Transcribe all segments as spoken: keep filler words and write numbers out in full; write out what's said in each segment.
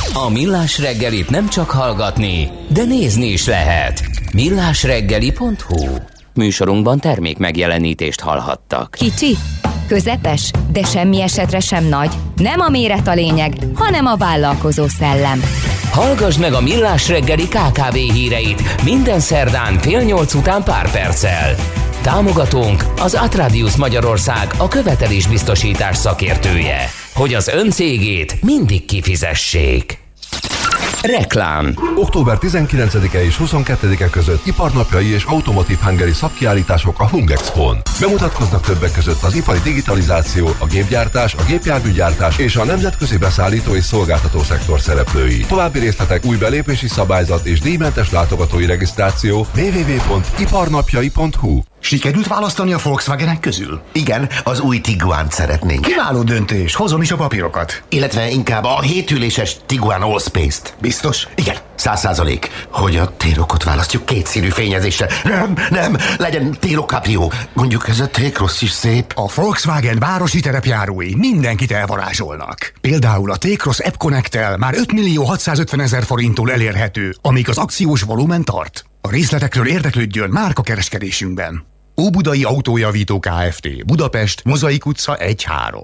A Millás reggelit nem csak hallgatni, de nézni is lehet. millásreggeli pont hu. Műsorunkban termék megjelenítést hallhattak. Kicsi, közepes, de semmi esetre sem nagy. Nem a méret a lényeg, hanem a vállalkozó szellem. Hallgasd meg a Millás reggeli ká ká vé híreit minden szerdán fél nyolc után pár perccel. Támogatónk az Atradius Magyarország, a követelésbiztosítás szakértője, hogy az ön cégét mindig kifizessék. Reklám. október tizenkilencedike és huszonkettedike között iparnapjai és Automotive Hungary szakkiállítások a Hungexpon. Bemutatkoznak többek között az ipari digitalizáció, a gépgyártás, a gépjárműgyártás és a nemzetközi beszállító és szolgáltató szektor szereplői. További részletek, új belépési szabályzat és díjmentes látogatói regisztráció double-u double-u double-u pont iparnapjai pont hu. Sikerült választani a Volkswagenek közül? Igen, az új Tiguant szeretnénk. Kiváló döntés, hozom is a papírokat. Illetve inkább a hétüléses Tiguan Allspace-t. Biztos? Igen, száz százalék. Hogy a T-Rocot választjuk kétszínű fényezésre. Nem, nem, legyen T-Roc Caprio. Mondjuk ez a T-Cross is szép. A Volkswagen városi terepjárói mindenkit elvarázsolnak. Például a T-Cross App Connect-tel már öt millió hatszázötven ezer forinttól elérhető, amíg az akciós volumen tart. A részletekről érdeklődjön márkakereskedésünkben. Óbudai Autójavító Kft. Budapest, Mozaik utca egy három.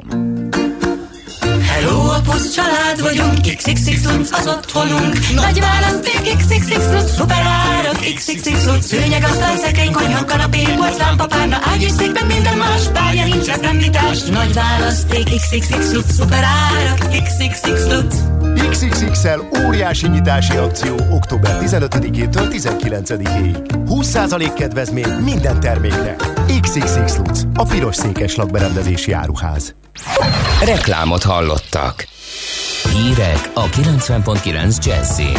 Hello, a Pusz család vagyunk, iksz iksz iksz Lutz az otthonunk. Nagy választék, iksz iksz iksz Lutz, szuper árak, iksz iksz iksz Lutz. Szőnyeg, asztal, szekrény, konyha, kanapé, porcelán, párna, ágy és székben minden más. Párja nincs, ez nem vitás. Nagy választék, iksz iksz iksz Lutz, szuper árak, iksz iksz iksz Lutz. iksz iksz iksz-el óriási nyitási akció október tizenötödikétől tizenkilencedikéig. húsz százalék kedvezmény minden termékre. iksz iksz iksz Lutz, a piros székes lakberendezési áruház. Reklámot hallottak. Hírek a kilencven pont kilenc Jazzin.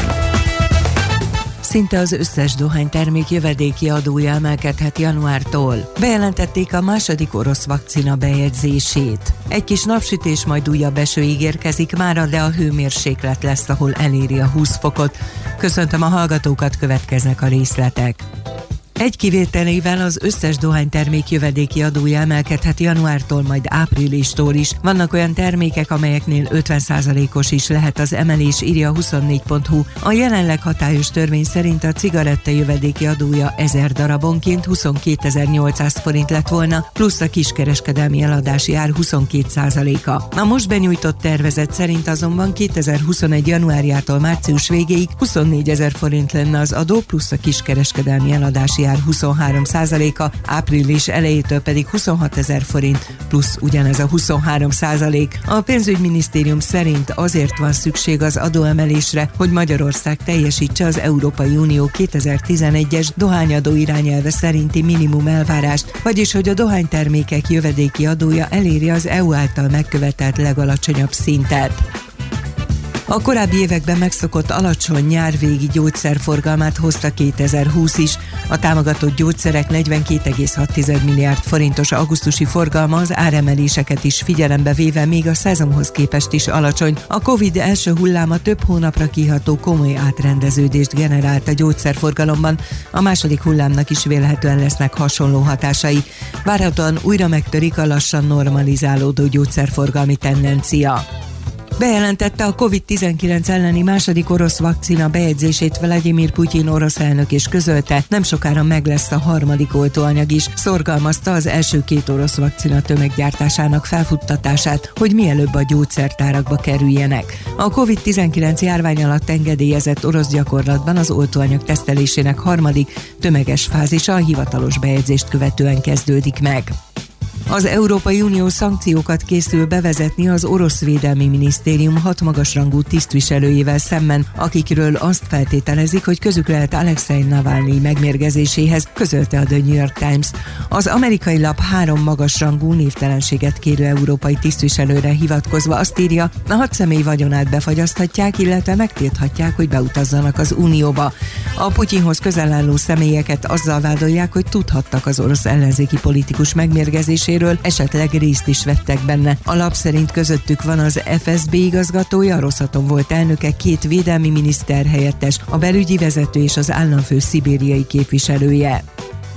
Szinte az összes dohánytermék jövedéki adója emelkedhet januártól. Bejelentették a második orosz vakcina bejegyzését. Egy kis napsütés, majd újabb eső ígérkezik mára, de a hőmérséklet lesz, ahol eléri a húsz fokot. Köszöntöm a hallgatókat, következnek a részletek. Egy kivételével az összes dohánytermék jövedéki adója emelkedhet januártól, majd áprilistól is. Vannak olyan termékek, amelyeknél ötven százalékos is lehet az emelés, írja a huszonnégy pont hu. A jelenleg hatályos törvény szerint a cigaretta jövedéki adója ezer darabonként huszonkétezer-nyolcszáz forint lett volna, plusz a kiskereskedelmi eladási ár huszonkét százaléka. A most benyújtott tervezet szerint azonban kétezer-huszonegy januárjától március végéig huszonnégyezer forint lenne az adó, plusz a kiskereskedelmi eladási ár huszonhárom százaléka, április elejétől pedig huszonhatezer forint, plusz ugyanez a huszonhárom százalék. A pénzügyminisztérium szerint azért van szükség az adóemelésre, hogy Magyarország teljesítse az Európai Unió kétezer-tizenegyes dohányadó irányelve szerinti minimum elvárást, vagyis hogy a dohánytermékek jövedéki adója eléri az é u által megkövetelt legalacsonyabb szintet. A korábbi években megszokott alacsony nyárvégi gyógyszerforgalmát hozta kétezer-húsz is. A támogatott gyógyszerek negyvenkét egész hat milliárd forintos augusztusi forgalma az áremeléseket is figyelembe véve még a szezonhoz képest is alacsony. A Covid első hulláma több hónapra kiható komoly átrendeződést generált a gyógyszerforgalomban, a második hullámnak is vélhetően lesznek hasonló hatásai. Várhatóan újra megtörik a lassan normalizálódó gyógyszerforgalmi tendencia. Bejelentette a kovid tizenkilenc elleni második orosz vakcina bejegyzését Vladimir Putyin orosz elnök, és közölte, nem sokára meg lesz a harmadik oltóanyag is. Szorgalmazta az első két orosz vakcina tömeggyártásának felfuttatását, hogy mielőbb a gyógyszertárakba kerüljenek. A kovid tizenkilenc járvány alatt engedélyezett orosz gyakorlatban az oltóanyag tesztelésének harmadik tömeges fázisa a hivatalos bejegyzést követően kezdődik meg. Az Európai Unió szankciókat készül bevezetni az orosz védelmi minisztérium hat magasrangú tisztviselőjével szemben, akikről azt feltételezik, hogy közük lehet Alexei Navalnyi megmérgezéséhez, közölte a The New York Times. Az amerikai lap három magasrangú névtelenséget kérő európai tisztviselőre hivatkozva azt írja, a hat személy vagyonát befagyaszthatják, illetve megtilthatják, hogy beutazzanak az Unióba. A Putyinhoz közel álló személyeket azzal vádolják, hogy tudhattak az orosz ellenzéki politikus megmérgezéséről, esetleg részt is vettek benne. A lap szerint közöttük van az ef es bé igazgatója, a Rosatom volt elnöke, két védelmi miniszter helyettes, a belügyi vezető és az államfő szibériai képviselője.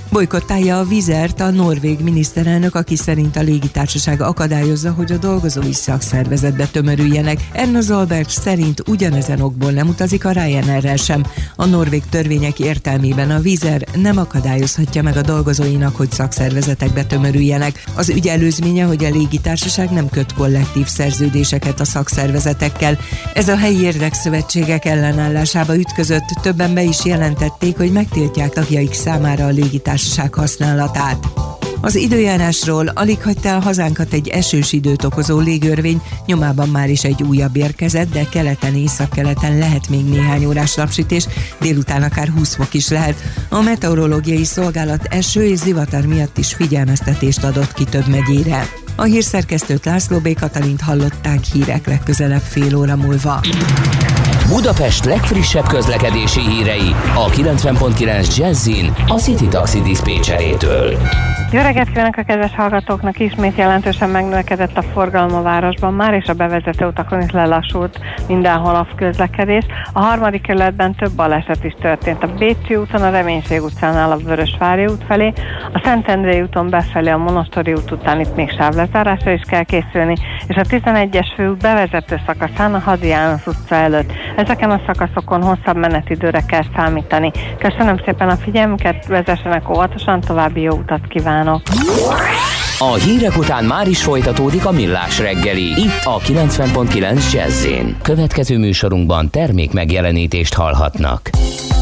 Bojkottálja a Vizert a norvég miniszterelnök, aki szerint a légitársaság akadályozza, hogy a dolgozói szakszervezetbe tömörüljenek. Erna Solberg szerint ugyanezen okból nem utazik a Ryanairrel sem. A norvég törvények értelmében a Vizer nem akadályozhatja meg a dolgozóinak, hogy szakszervezetekbe tömörüljenek. Az ügy előzménye, hogy a légitársaság nem köt kollektív szerződéseket a szakszervezetekkel. Ez a helyi érdekszövetségek ellenállásába ütközött, többen be is jelentették, hogy megtiltják tagjaik számára a légitársaság használatát. Az időjárásról: alig hagyta el hazánkat egy esős időt okozó légörvény, nyomában már is egy újabb érkezett, de keleten, északkeleten lehet még néhány órás napsütés, délután akár húsz fok is lehet. A meteorológiai szolgálat eső és zivatar miatt is figyelmeztetést adott ki több megyére. A hírszerkesztőt, László B. Katalint hallották, hírek legközelebb fél óra múlva. Budapest legfrissebb közlekedési hírei a kilencven pont kilenc Jazzin a City Taxi diszpécserétől. Jó reggelt kívánok a kedves hallgatóknak! Ismét jelentősen megnövekedett a forgalom a városban, már és a bevezető utakon is lelassult mindenhol a közlekedés. A harmadik kerületben több baleset is történt. A Bécsi úton, a Reménység utcánál a Vörösvári út felé, a Szentendrei úton befelé a Monostori út után itt még sávlezárásra is kell készülni, és a tizenegyes főút bevezető szakaszán a Hadi János utca előtt. Ezeken a szakaszokon hosszabb menetidőre kell számítani. Köszönöm szépen a figyelmüket, vezessenek óvatosan, további jó utat kívánok! A hírek után már is folytatódik a Millás reggeli, itt a kilencven pont kilenc Jazz-én. Következő műsorunkban termék megjelenítést hallhatnak.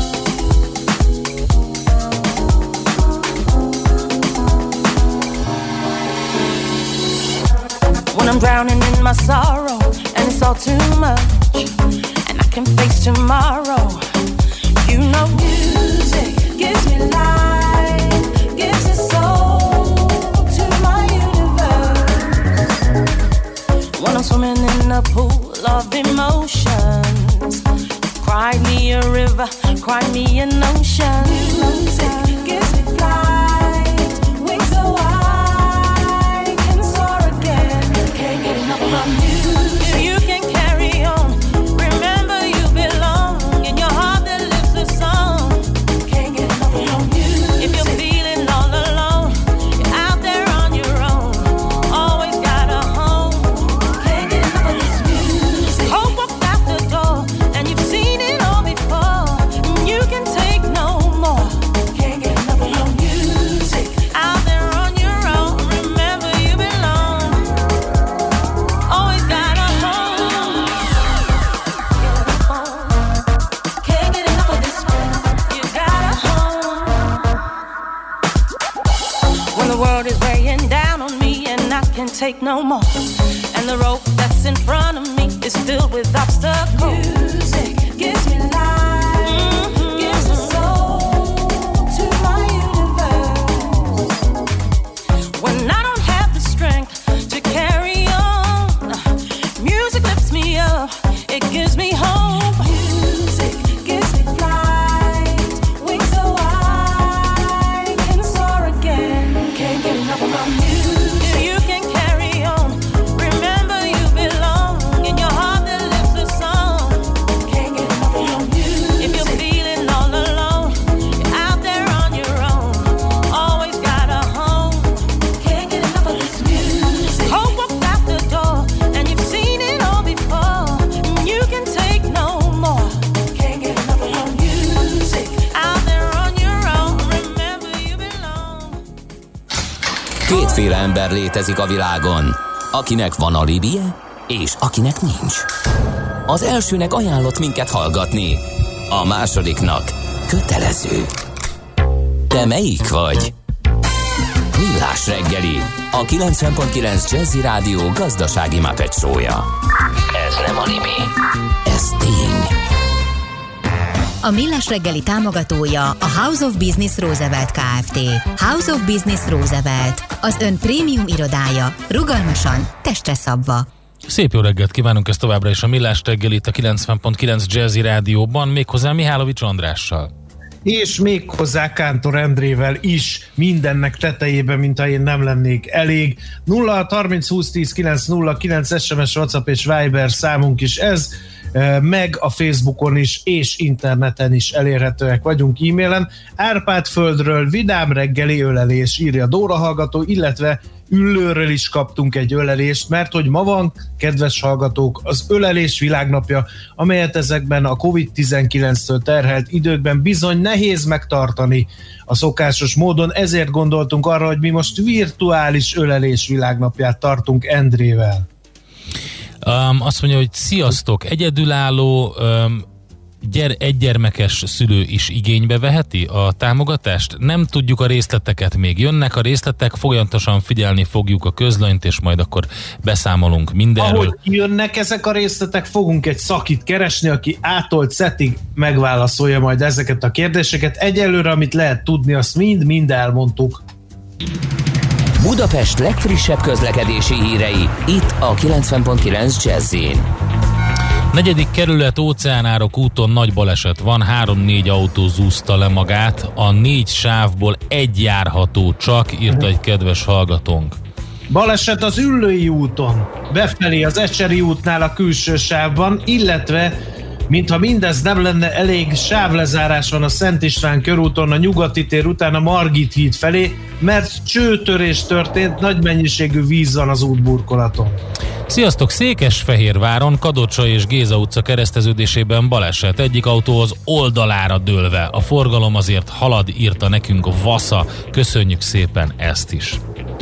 When I'm drowning in my sorrow and it's all too much and I can face tomorrow, you know music gives me life, gives a soul to my universe. When I'm swimming in a pool of emotions, cry me a river, cry me an ocean. Music gives me flight, wings so I can soar again. Can't get enough of my music. If you can carry on, remember you belong. In your heart there lives a song. Can't get enough of your music. If you're feeling all alone, you're out there on your own, always got a home. Can't get enough of this music. Hope walked out the door and you've seen it all before, and you can take no more. Can't get enough of your music. Out there on your own, remember you belong, always got a home. Can't get enough of this music. You got a home. When the world is weighing down on me and I can't take no more, and the rope that's in front of me is filled with obstacles. Music gives me life, gives a soul to my universe. When I don't have the strength to carry on, music lifts me up, it gives me hope. Music gives me flight, wings so I can soar again. Can't get enough of my music. If you can carry on, remember you belong. In your heart there lives a song. Can't get enough of your music. If you're feeling all alone, you're out there on your own, always got a home. Can't get enough of this music. Hope walked out the door and you've seen it all before, and you can take no more. Can't get enough of your music. Out there on your own, remember you belong. Kétféle ember létezik a világon, akinek van alibije, és akinek nincs. Az elsőnek ajánlott minket hallgatni, a másodiknak kötelező. Te melyik vagy? Millás reggeli, a kilencven pont kilenc Jazzy Rádió gazdasági Muppet show-ja. Ez nem anime, ez tény. A Millás reggeli támogatója a House of Business Roosevelt Kft. House of Business Roosevelt, az ön prémium irodája, rugalmasan, testre szabva. Szép jó reggelt kívánunk, ez továbbra is a Millás reggel itt a kilencven pont kilenc Jazzy Rádióban, méghozzá Mihálovics Andrással. És még hozzá Kántor Endrével is, mindennek tetejében, mint ha én nem lennék elég. nulla harminc húsz tíz kilenc nulla kilenc es em es, WhatsApp és Viber számunk is ez. meg a Facebookon is, és interneten is elérhetőek vagyunk e-mailen. Árpádföldről vidám reggeli ölelés, írja Dóra hallgató, illetve Üllőről is kaptunk egy ölelést, mert hogy ma van, kedves hallgatók, az ölelés világnapja, amelyet ezekben a kovid tizenkilenctől terhelt időkben bizony nehéz megtartani a szokásos módon, ezért gondoltunk arra, hogy mi most virtuális ölelés világnapját tartunk Endrével. Um, azt mondja, hogy sziasztok, egyedülálló um, Gyere, egygyermekes szülő is igénybe veheti a támogatást? Nem tudjuk a részleteket, még jönnek a részletek, folyamatosan figyelni fogjuk a közlönyt, és majd akkor beszámolunk mindenről. Ahogy jönnek ezek a részletek, fogunk egy szakit keresni, aki átolt szettig megválaszolja majd ezeket a kérdéseket. Egyelőre, amit lehet tudni, azt mind-mind elmondtuk. Budapest legfrissebb közlekedési hírei, itt a kilencven pont kilenc Jazz-in. Negyedik kerület, Óceánárok úton nagy baleset van, három-négy autó zúzta le magát, a négy sávból egy járható csak, írta egy kedves hallgatónk. Baleset az Üllői úton, befelé az Ecseri útnál a külső sávban, illetve mintha mindez nem lenne elég, sávlezárás van a Szent István körúton, a Nyugati tér után a Margit híd felé, mert csőtörés történt, nagy mennyiségű víz van az útburkolaton. Sziasztok! Székesfehérváron, Kadocsa és Géza utca kereszteződésében baleset. Egyik autó az oldalára dőlve. A forgalom azért halad, írta nekünk a Vasza. Köszönjük szépen ezt is.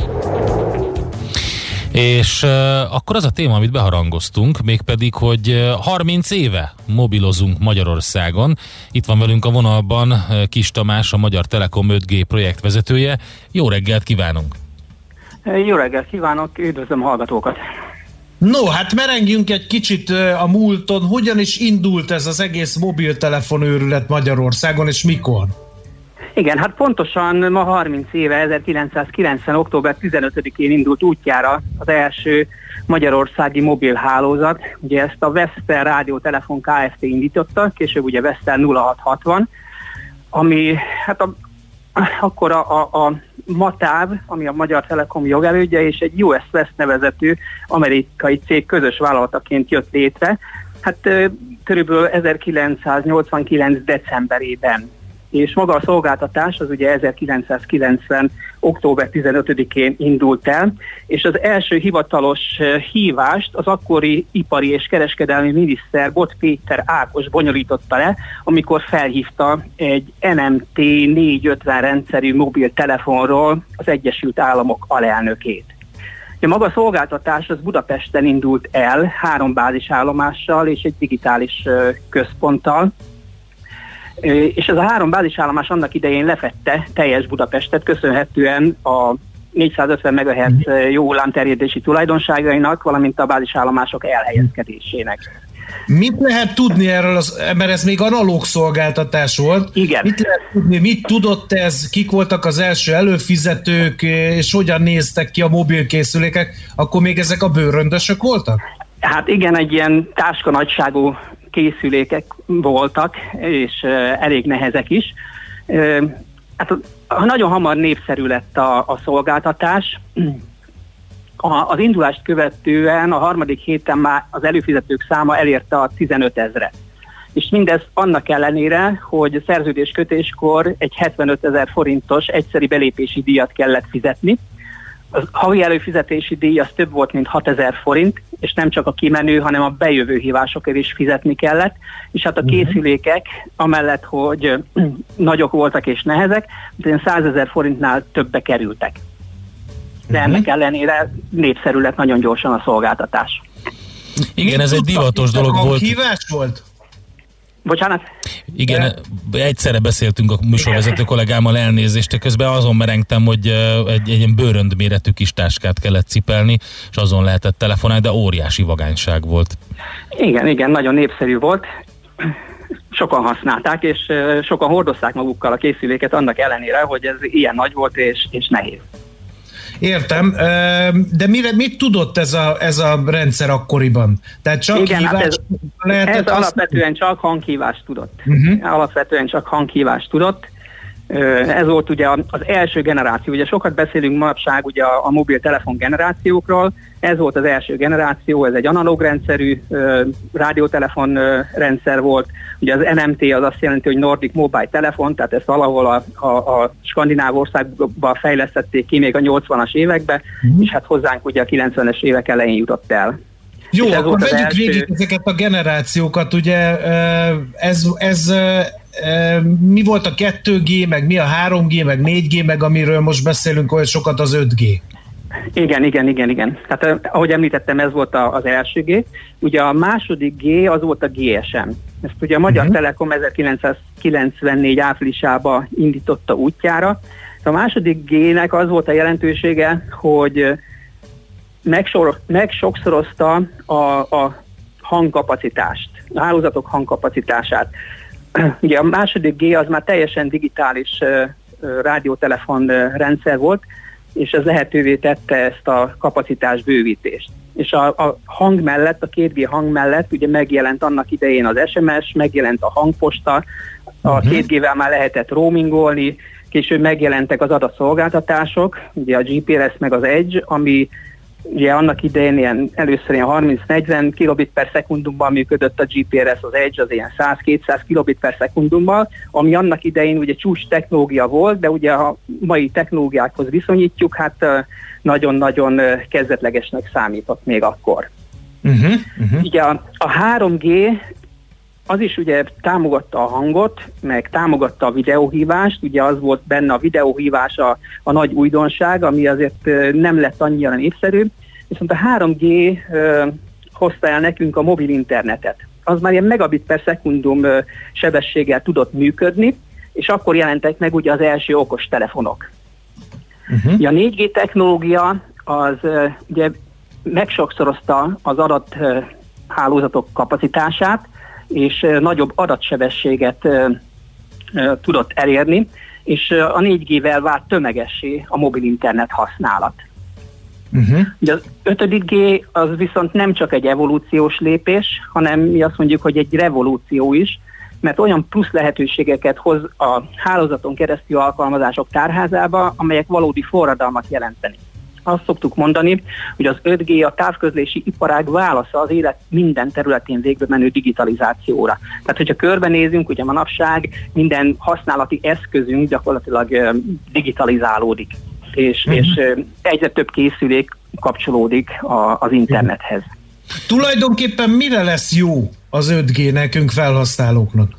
És uh, akkor az a téma, amit beharangoztunk, mégpedig, hogy uh, harminc éve mobilozunk Magyarországon. Itt van velünk a vonalban uh, Kis Tamás, a Magyar Telekom öt G projektvezetője. Jó reggelt kívánunk! Jó reggelt kívánok, üdvözlöm a hallgatókat! No, hát merengjünk egy kicsit uh, a múlton. Hogyan is indult ez az egész mobiltelefon őrület Magyarországon, és mikor? Igen, hát pontosan ma harminc éve, ezerkilencszázkilencven. október tizenötödikén indult útjára az első magyarországi mobilhálózat. Ugye ezt a Vestel Rádiótelefon Kft. Indította, később ugye Vestel nulla hat hatvan, ami hát a, akkor a, a, a MATÁV, ami a Magyar Telekom jogelődje, és egy U S West nevezetű amerikai cég közös vállalataként jött létre. Hát körülbelül ezerkilencszáznyolcvankilenc. decemberében. És maga a szolgáltatás az ugye ezerkilencszázkilencven. október tizenötödikén indult el, és az első hivatalos hívást az akkori ipari és kereskedelmi miniszter Bot Péter Ákos bonyolította le, amikor felhívta egy N M T négyszázötven rendszerű mobiltelefonról az Egyesült Államok alelnökét. A maga a szolgáltatás az Budapesten indult el, három bázisállomással és egy digitális központtal, és ez a három bázisállomás annak idején lefette teljes Budapestet, köszönhetően a négyszázötven megahertz jó hullámterjedési tulajdonságainak, valamint a bázisállomások elhelyezkedésének. Mit lehet tudni erről, az, mert ez még analóg szolgáltatás volt. Igen. Mit lehet tudni, mit tudott ez, kik voltak az első előfizetők, és hogyan néztek ki a mobilkészülékek? Akkor még ezek a bőröndösök voltak? Hát igen, egy ilyen táskanagyságú készülékek voltak, és uh, elég nehezek is. Uh, hát nagyon hamar népszerű lett a, a szolgáltatás. A, az indulást követően a harmadik héten már az előfizetők száma elérte a tizenöt ezret. És mindez annak ellenére, hogy a szerződéskötéskor egy hetvenöt ezer forintos egyszeri belépési díjat kellett fizetni. A havi előfizetési díj az több volt, mint hatezer forint, és nem csak a kimenő, hanem a bejövő hívásokért is fizetni kellett, és hát a készülékek, amellett, hogy nagyok voltak és nehezek, százezer forintnál többe kerültek. De ennek ellenére népszerű lett nagyon gyorsan a szolgáltatás. Igen, ez egy divatos dolog volt. Hívás volt? Bocsánat? Igen, de... egyszerre beszéltünk a műsorvezető kollégámmal, elnézést, közben azon merengtem, hogy egy, egy bőrönd méretű kis táskát kellett cipelni, és azon lehetett telefonálni, de óriási vagányság volt. Igen, igen, nagyon népszerű volt. Sokan használták, és sokan hordozták magukkal a készüléket annak ellenére, hogy ez ilyen nagy volt és, és nehéz. Értem, de mire, mit tudott ez a, ez a rendszer akkoriban? Tehát csak igen, hívás hát ez, lehetett ez azt... alapvetően csak hanghívást tudott. Uh-huh. Alapvetően csak hanghívást tudott. Ez volt ugye az első generáció, ugye sokat beszélünk manapság ugye a, a mobiltelefon generációkról, ez volt az első generáció, ez egy analóg rendszerű uh, rádiótelefon uh, rendszer volt, ugye az en em té az azt jelenti, hogy Nordic Mobile Telefon, tehát ezt valahol a, a, a skandináv országban fejlesztették ki még a nyolcvanas években, mm. és hát hozzánk ugye a kilencvenes évek elején jutott el. Jó, akkor vegyük első... végig ezeket a generációkat, ugye ez, ez mi volt a kettő gé, meg mi a három gé, meg négy gé, meg amiről most beszélünk olyan sokat, az öt gé. Igen, igen, igen, igen. Tehát ahogy említettem, ez volt az első G. Ugye a második G az volt a gé es em. Ezt ugye a Magyar uh-huh. Telekom ezerkilencszázkilencvennégy áprilisában indította útjára. A második G-nek az volt a jelentősége, hogy megsor, megsokszorozta a, a hangkapacitást, a hálózatok hangkapacitását. Ugye a második G az már teljesen digitális uh, rádiótelefon uh, rendszer volt, és ez lehetővé tette ezt a kapacitás bővítést. És a, a hang mellett, a két gé hang mellett ugye megjelent annak idején az es em es, megjelent a hangposta, a uh-huh. két gével már lehetett roamingolni, később megjelentek az adatszolgáltatások, ugye a gé pé er es meg az Edge, ami ugye annak idején ilyen, először ilyen harminc-negyven kilobit per szekundumban működött a gé pé er es, az Edge az ilyen száz-kétszáz kilobit per szekundummal, ami annak idején ugye csúcs technológia volt, de ugye a mai technológiákhoz viszonyítjuk, hát nagyon-nagyon kezdetlegesnek számított még akkor. Uh-huh, uh-huh. Ugye a, a három gé az is ugye támogatta a hangot, meg támogatta a videóhívást, ugye az volt benne a videóhívás a, a nagy újdonság, ami azért nem lett annyira népszerű, viszont a három gé ö, hozta el nekünk a mobil internetet. Az már ilyen megabit per szekundum ö, sebességgel tudott működni, és akkor jelentek meg ugye az első okos telefonok. Uh-huh. A négy gé technológia az ö, ugye megsokszorozta az adathálózatok kapacitását, és nagyobb adatsebességet uh, uh, tudott elérni, és uh, a négy gével vált tömegessé a mobil internet használat. Uh-huh. Ugye az ötödik G az viszont nem csak egy evolúciós lépés, hanem mi azt mondjuk, hogy egy revolúció is, mert olyan plusz lehetőségeket hoz a hálózaton keresztül alkalmazások tárházába, amelyek valódi forradalmat jelenteni. Azt szoktuk mondani, hogy az öt gé a távközlési iparág válasza az élet minden területén végbe menő digitalizációra. Tehát, hogyha körbenézünk, ugye manapság minden használati eszközünk gyakorlatilag digitalizálódik, és, uh-huh. és egyre több készülék kapcsolódik a, az internethez. Tulajdonképpen mire lesz jó az öt gé nekünk felhasználóknak?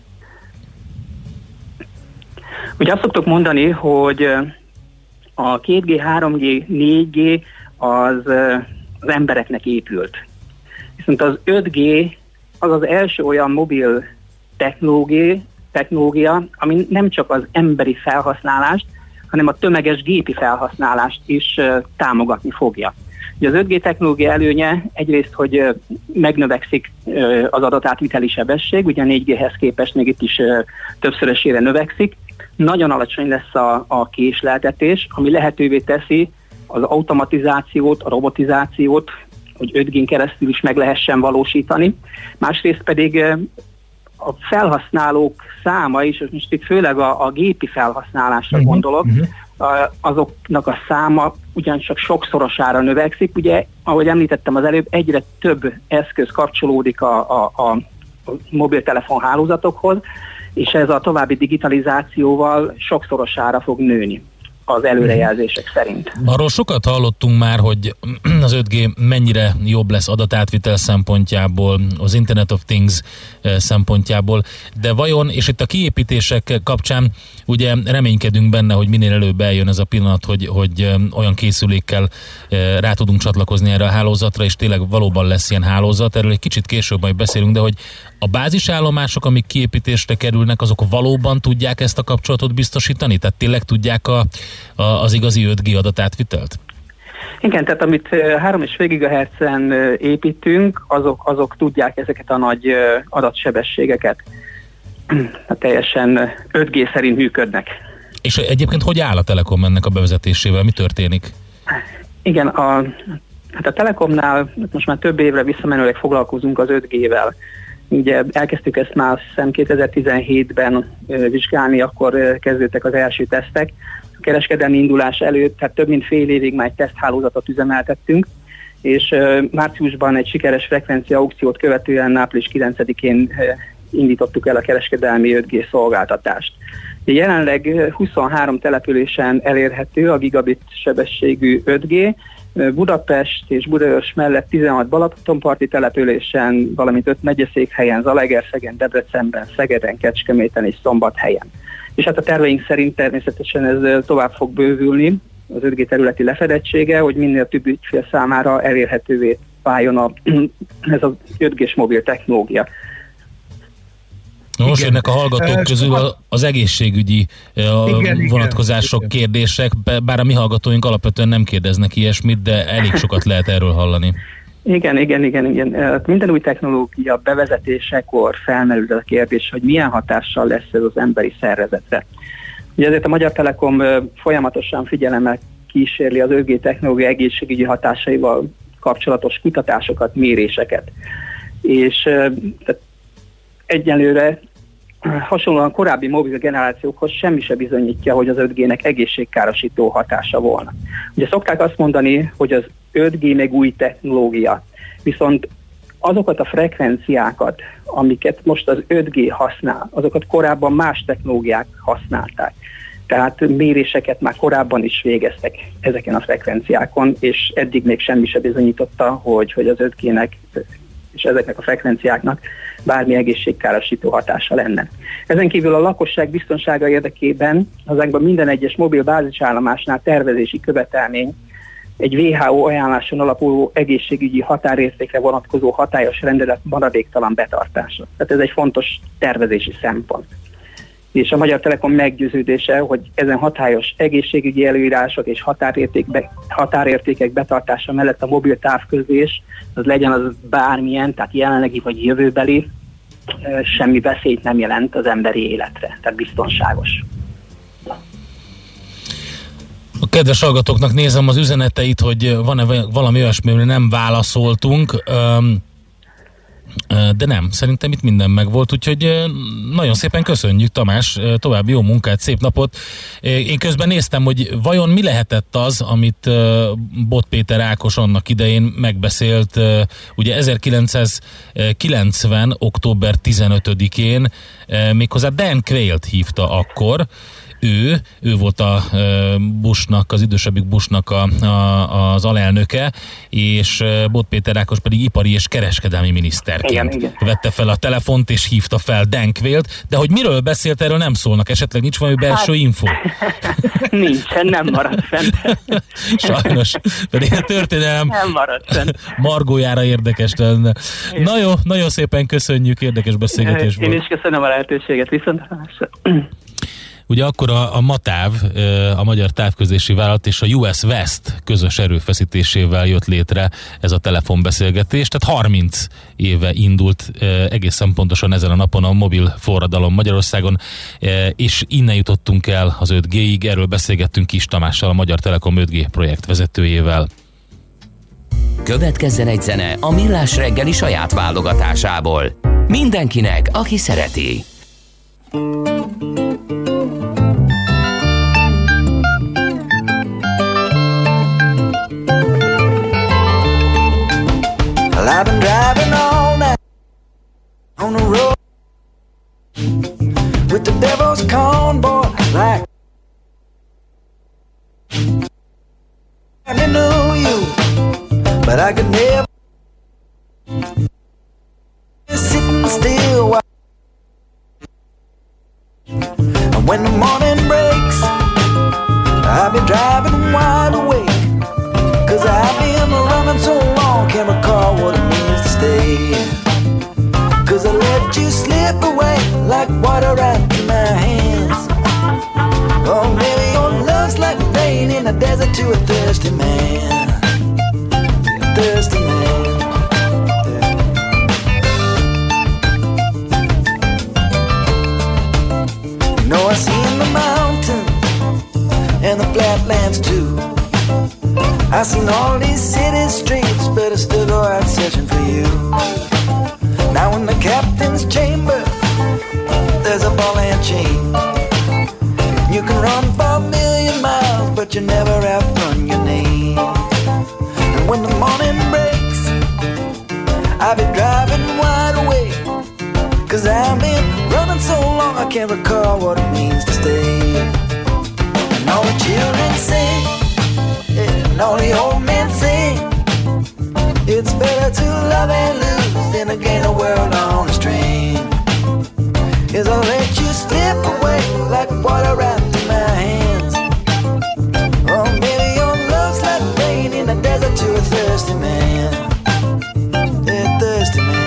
Ugye azt szoktuk mondani, hogy a két gé, három gé, négy gé az az embereknek épült. Viszont az öt gé az az első olyan mobil technológia, technológia, ami nem csak az emberi felhasználást, hanem a tömeges gépi felhasználást is támogatni fogja. Ugye az öt gé technológia előnye egyrészt, hogy megnövekszik az adatátviteli sebesség, ugye a négy géhez képest még itt is többszörösére növekszik, nagyon alacsony lesz a, a késleltetés, ami lehetővé teszi az automatizációt, a robotizációt, hogy öt gén keresztül is meg lehessen valósítani. Másrészt pedig a felhasználók száma, és most itt főleg a, a gépi felhasználásra uh-huh. gondolok, uh-huh. azoknak a száma ugyancsak sokszorosára növekszik. Ugye, ahogy említettem az előbb, egyre több eszköz kapcsolódik a, a, a mobiltelefon hálózatokhoz, és ez a további digitalizációval sokszorosára fog nőni az előrejelzések szerint. Arról sokat hallottunk már, hogy az öt gé mennyire jobb lesz adatátvitel szempontjából, az Internet of Things szempontjából, de vajon, és itt a kiépítések kapcsán ugye reménykedünk benne, hogy minél előbb eljön ez a pillanat, hogy, hogy olyan készülékkel rá tudunk csatlakozni erre a hálózatra, és tényleg valóban lesz ilyen hálózat, erről egy kicsit később majd beszélünk, de hogy a bázisállomások, amik kiépítésre kerülnek, azok valóban tudják ezt a kapcsolatot biztosítani? Tehát tényleg tudják a, a, az igazi öt gé adatátvitelt? Igen, tehát amit három egész öt gigahertzen építünk, azok, azok tudják ezeket a nagy adatsebességeket. Hát teljesen öt gé szerint működnek. És egyébként hogy áll a Telekom ennek a bevezetésével? Mi történik? Igen, a, hát a Telekomnál most már több évre visszamenőleg foglalkozunk az öt gével. Ugye elkezdtük ezt már azt hiszem kétezer-tizenhétben vizsgálni, akkor kezdődtek az első tesztek. A kereskedelmi indulás előtt, tehát több mint fél évig már egy teszthálózatot üzemeltettünk, és márciusban egy sikeres frekvencia aukciót követően április kilencedikén indítottuk el a kereskedelmi öt G szolgáltatást. Jelenleg huszonhárom településen elérhető a gigabit sebességű öt G, Budapest és Budaörs mellett tizenhat Balatonparti településen, valamint öt megyeszékhelyen, Zalaegerszegen, Debrecenben, Szegeden, Kecskeméten és Szombathelyen. És hát a terveink szerint természetesen ez tovább fog bővülni, az öt G területi lefedettsége, hogy minél több ügyfél számára elérhetővé váljon a, ez az öt G-s mobil technológia. Most jönnek a hallgatók közül az egészségügyi igen, vonatkozások, igen, kérdések, bár a mi hallgatóink alapvetően nem kérdeznek ilyesmit, de elég sokat lehet erről hallani. Igen, igen, igen, igen. Minden új technológia bevezetésekor felmerül a kérdés, hogy milyen hatással lesz ez az emberi szervezetre. Ugye ezért a Magyar Telekom folyamatosan figyelemmel kísérli az öt G technológia egészségügyi hatásaival kapcsolatos kutatásokat, méréseket. És tehát egyelőre hasonlóan korábbi mobil generációkhoz semmi se bizonyítja, hogy az öt G-nek egészségkárosító hatása volna. Ugye szokták azt mondani, hogy az öt G meg új technológia, viszont azokat a frekvenciákat, amiket most az öt G használ, azokat korábban más technológiák használták. Tehát méréseket már korábban is végeztek ezeken a frekvenciákon, és eddig még semmi se bizonyította, hogy, hogy az öt G-nek és ezeknek a frekvenciáknak bármi egészségkárosító hatása lenne. Ezen kívül a lakosság biztonsága érdekében hazánkban minden egyes mobil bázisállomásnál tervezési követelmény egy W H O ajánláson alapuló egészségügyi határértékre vonatkozó hatályos rendelet maradéktalan betartása. Tehát ez egy fontos tervezési szempont. És a Magyar Telekom meggyőződése, hogy ezen hatályos egészségügyi előírások és határérték be, határértékek betartása mellett a mobil távközlés, az legyen az bármilyen, tehát jelenlegi vagy jövőbeli, semmi veszélyt nem jelent az emberi életre, tehát biztonságos. A kedves hallgatóknak nézem az üzeneteit, hogy van-e valami olyasmi, amire nem válaszoltunk. Um, De nem, szerintem itt minden megvolt, úgyhogy nagyon szépen köszönjük, Tamás, további jó munkát, szép napot. Én közben néztem, hogy vajon mi lehetett az, amit Bot Péter Ákos annak idején megbeszélt, ugye ezerkilencszázkilencven. október tizenötödikén, méghozzá Dan Quayle-t hívta akkor. Ő, ő volt a Bushnak, az idősebbik Bushnak a, a, az alelnöke, és Bot Péter Ákos pedig ipari és kereskedelmi miniszterként igen, igen. vette fel a telefont, és hívta fel Dan Quayle-t, de hogy miről beszélt, erről nem szólnak, esetleg nincs valami belső hát, info? Nincsen, nem maradt fent. Sajnos, pedig a történelem nem maradt fent. Margójára érdekes lenne. Igen. Na jó, nagyon szépen köszönjük, érdekes beszélgetés volt. Én is köszönöm a lehetőséget, viszontlátásra. Ugye akkor a, a MATÁV, a Magyar Távközlési Vállalat és a U S West közös erőfeszítésével jött létre ez a telefonbeszélgetés, tehát harminc éve indult egészen pontosan ezen a napon a mobil forradalom Magyarországon, és innen jutottunk el az öt G-ig, erről beszélgettünk Kis Tamással, a Magyar Telekom öt G projekt vezetőjével. Következzen egy zene a Millás reggeli saját válogatásából. Mindenkinek, aki szereti. I've been driving all night on the road with the devil's cornball like I knew you, but I could never sitting still while and when the morning breaks I'll be driving wide awake, 'cause I've been running so long, can't recall what it means to stay. 'Cause I let you slip away like water right in my hands. Oh, maybe your love's like rain in the desert to a thirsty man. A thirsty man. Yeah. You know, I've seen the mountains and the flatlands too. I've seen all these city streets, but I still go out searching for you. Now when the captain run for a million miles, but you never outrun your name. And when the morning breaks, I'll be driving wide awake, 'cause I've been running so long I can't recall what it means to stay. And all the children sing, and all the old men sing, it's better to love and lose than to gain the world on a string. Is I'll let you slip away like water right through my hands. Oh, baby, your love's like rain in the desert to a thirsty man. A thirsty man.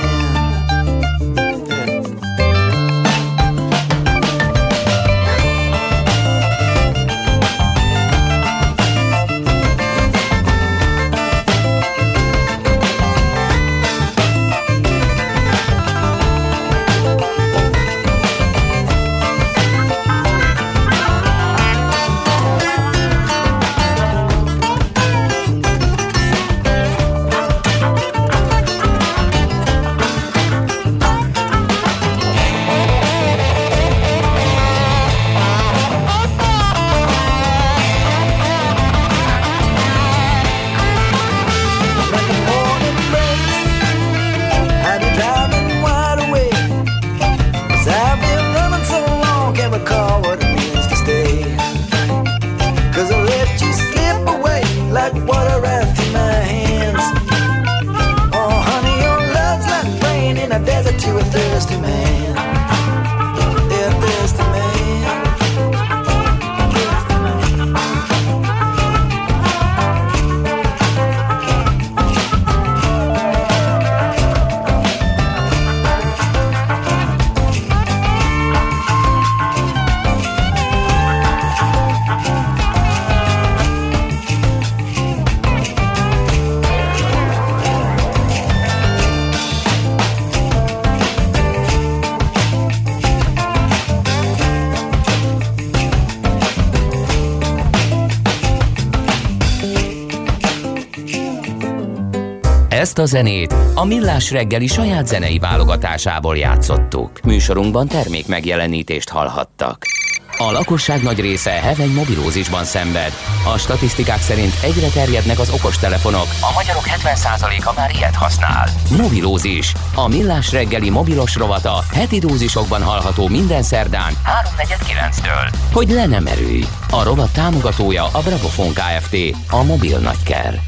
Ezt a zenét a Millás reggeli saját zenei válogatásából játszottuk. Műsorunkban termék megjelenítést hallhattak. A lakosság nagy része heveny mobilózisban szenved. A statisztikák szerint egyre terjednek az okostelefonok, a magyarok hetven százaléka már ilyet használ. Mobilózis, a Millás reggeli mobilos rovata heti dózisokban hallható minden szerdán háromnegyed kilenctől. Hogy le nem erőj. A rovat támogatója a Bravofon Kft. A mobil nagyker.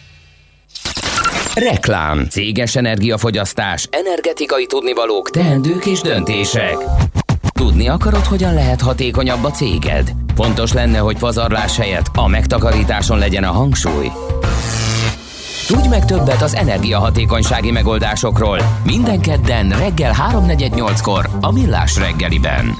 Reklám, céges energiafogyasztás, energetikai tudnivalók, teendők és döntések. Tudni akarod, hogyan lehet hatékonyabb a céged? Fontos lenne, hogy pazarlás helyett a megtakarításon legyen a hangsúly. Tudj meg többet az energiahatékonysági megoldásokról minden kedden reggel háromnegyed nyolckor a Millás reggeliben.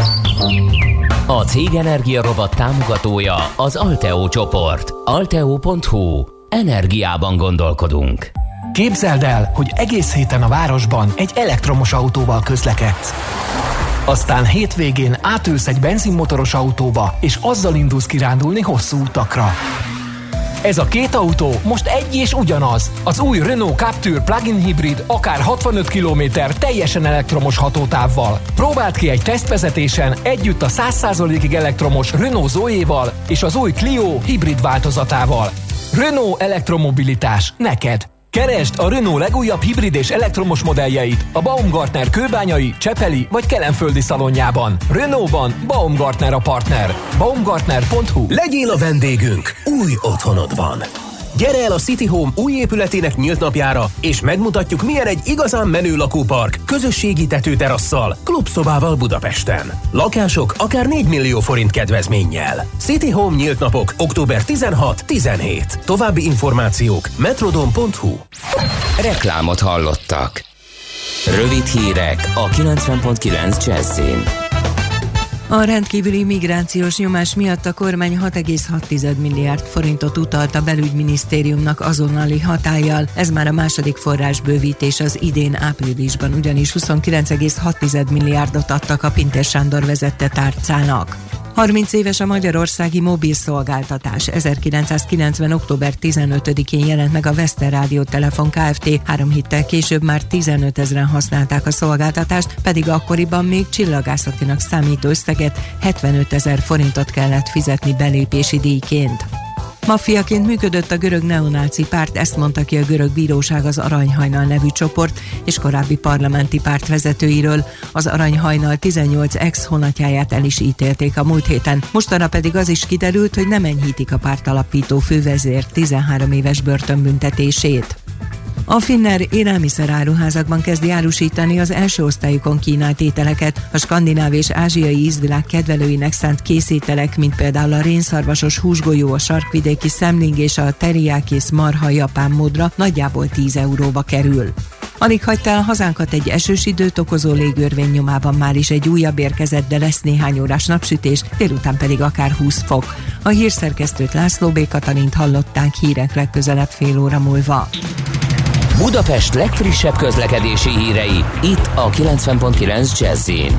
A Cég Energia Rovat támogatója az Alteo csoport. alteo pont hu. Energiában gondolkodunk. Képzeld el, hogy egész héten a városban egy elektromos autóval közlekedsz. Aztán hétvégén átülsz egy benzinmotoros autóba, és azzal indulsz kirándulni hosszú utakra. Ez a két autó most egy és ugyanaz. Az új Renault Captur plug-in hibrid akár hatvanöt kilométer teljesen elektromos hatótávval. Próbáld ki egy tesztvezetésen együtt a száz százalékig elektromos Renault Zoe-val és az új Clio hibrid változatával. Renault elektromobilitás neked. Keresd a Renault legújabb hibrid és elektromos modelljeit a Baumgartner kőbányai, csepeli vagy kelenföldi szalonjában. Renaultban Baumgartner a partner. baumgartner pont hu. Legyél a vendégünk új otthonodban. Gyere el a City Home új épületének nyílt napjára, és megmutatjuk, milyen egy igazán menő lakópark, közösségi tetőterasszal, klubszobával Budapesten. Lakások akár négy millió forint kedvezménnyel. City Home nyílt napok október tizenhatodika tizenhét. További információk metrodon pont hu. Reklámot hallottak. Rövid hírek a kilencven pont kilenc Jazzin. A rendkívüli migrációs nyomás miatt a kormány hat egész hat milliárd forintot utalt a belügyminisztériumnak azonnali hatállyal. Ez már a második forrásbővítés az idén áprilisban, ugyanis huszonkilenc egész hat milliárdot adtak a Pintér Sándor vezette tárcának. harminc éves a magyarországi mobil szolgáltatás. ezerkilencszázkilencven. október tizenötödikén jelent meg a Veszter Rádió Telefon Kft. Három héttel később már tizenötezren használták a szolgáltatást, pedig akkoriban még csillagászatinak számító összeget, hetvenötezer forintot kellett fizetni belépési díjként. Maffiaként működött a görög neonáci párt, ezt mondta ki a görög bíróság az Aranyhajnal nevű csoport és korábbi parlamenti párt vezetőiről. Az Aranyhajnal tizennyolc ex-honatjáját el is ítélték a múlt héten. Mostanra pedig az is kiderült, hogy nem enyhítik a párt alapító fővezér tizenhárom éves börtönbüntetését. A Finner élelmiszeráruházakban kezdi árusítani az első osztályukon kínált ételeket. A skandináv és ázsiai ízvilág kedvelőinek szánt készételek, mint például a rénszarvasos húsgolyó, a sarkvidéki szemling és a teriákész marha japán módra nagyjából tíz euróba kerül. Alig hagyta el hazánkat egy esős időt okozó légörvény nyomában már is egy újabb érkezett, de lesz néhány órás napsütés, délután pedig akár húsz fok. A hírszerkesztőt, László B. Katalint hallották, hírek legközelebb fél óra múlva. Budapest legfrissebb közlekedési hírei, itt a kilencven pont kilenc Jazz-in.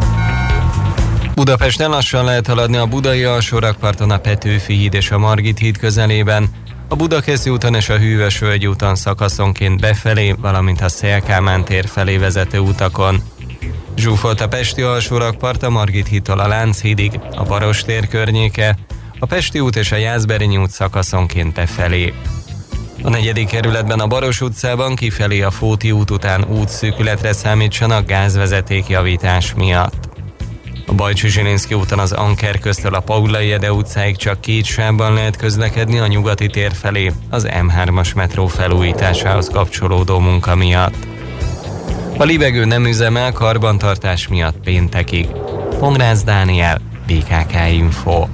Budapesten lassan lehet haladni a Budai alsórakparton a Petőfi híd és a Margit híd közelében, a Budakeszi úton és a Hűvösvölgy úton szakaszonként befelé, valamint a Széll-Kálmán tér felé vezető utakon. Zsúfolt a Pesti alsórakpart a Margit hídtól a Lánchídig, a Barostér környéke, a Pesti út és a Jászberényi út szakaszonként befelé. A negyedik kerületben a Baros utcában kifelé a Fóti út után útszűkületre számítsanak gázvezeték javítás miatt. A Bajcsy-Zsilinszky úton az Anker köztől a Paulai Ede utcáig csak két sávban lehet közlekedni a Nyugati tér felé az em hármas metró felújításához kapcsolódó munka miatt. A Libegő nem üzemel karbantartás miatt péntekig. Pongrácz Dániel, bé ká ká Info.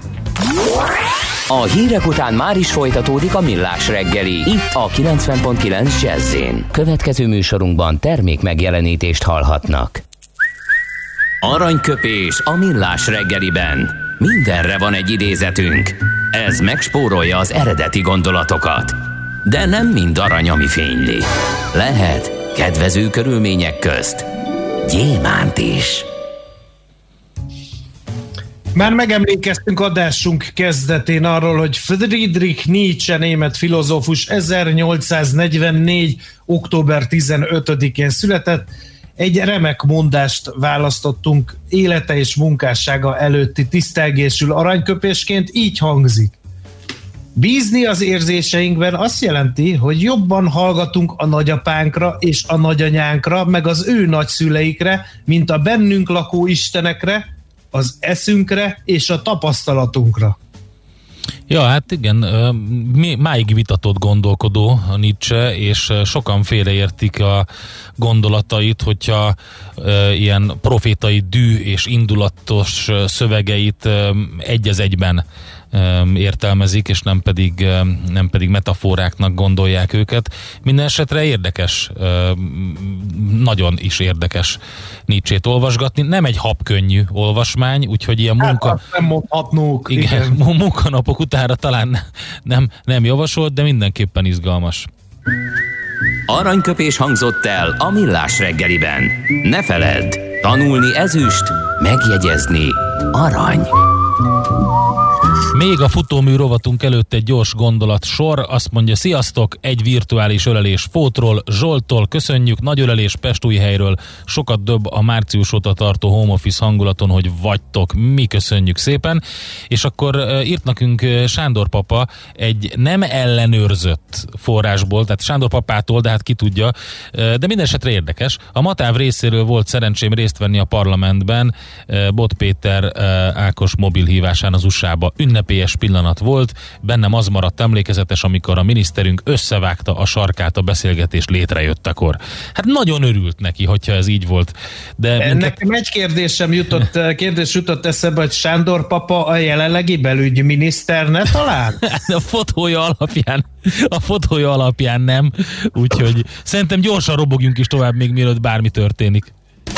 A hírek után már is folytatódik a Millás reggeli, itt a kilencven pont kilenc Jazz-in. Következő műsorunkban termék megjelenítést hallhatnak. Aranyköpés a Millás reggeliben. Mindenre van egy idézetünk. Ez megspórolja az eredeti gondolatokat. De nem mind arany, ami fényli. Lehet kedvező körülmények közt gyémánt is. Már megemlékeztünk adásunk kezdetén arról, hogy Friedrich Nietzsche, német filozófus ezernyolcszáznegyvennégy. október tizenötödikén született. Egy remek mondást választottunk élete és munkássága előtti tisztelgésül aranyköpésként, így hangzik. Bízni az érzéseinkben azt jelenti, hogy jobban hallgatunk a nagyapánkra és a nagyanyánkra, meg az ő nagyszüleikre, mint a bennünk lakó istenekre, az eszünkre és a tapasztalatunkra. Ja, hát igen, máig vitatott gondolkodó a Nietzsche, és sokan félreértik a gondolatait, hogyha ilyen profétai dű és indulatos szövegeit egy az egyben értelmezik, és nem pedig, nem pedig metaforáknak gondolják őket. Minden esetre érdekes, nagyon is érdekes Nietzsét olvasgatni. Nem egy habkönnyű olvasmány, úgyhogy ilyen munka... Hát, nem mondhatnók. Igen, igen. Munkanapok utára talán nem, nem javasolt, de mindenképpen izgalmas. Aranyköpés hangzott el a Millás reggeliben. Ne feledd, tanulni ezüst, megjegyezni arany. Még a futómű rovatunk előtt egy gyors gondolat sor, azt mondja: sziasztok, egy virtuális ölelés Fótról, Zsolttól, köszönjük, nagy ölelés Pestújhelyről, sokat döbb a március óta tartó home office hangulaton, hogy vagytok, mi köszönjük szépen. És akkor írt nekünk Sándor papa egy nem ellenőrzött forrásból, tehát Sándor papától, de hát ki tudja, de minden esetre érdekes. A Matáv részéről volt szerencsém részt venni a parlamentben, Bot Péter Ákos mobilhívásán az u es á-ba. Ünnepélyes pillanat volt, bennem az maradt emlékezetes, amikor a miniszterünk összevágta a sarkát a beszélgetés létrejöttekor. Hát nagyon örült neki, hogyha ez így volt. De minket... Nekem egy kérdésem jutott, kérdés jutott eszembe, hogy Sándor papa a jelenlegi belügyminiszter, ne talán? A fotója alapján, a fotója alapján nem, úgyhogy szerintem gyorsan robogjunk is tovább, még mielőtt bármi történik.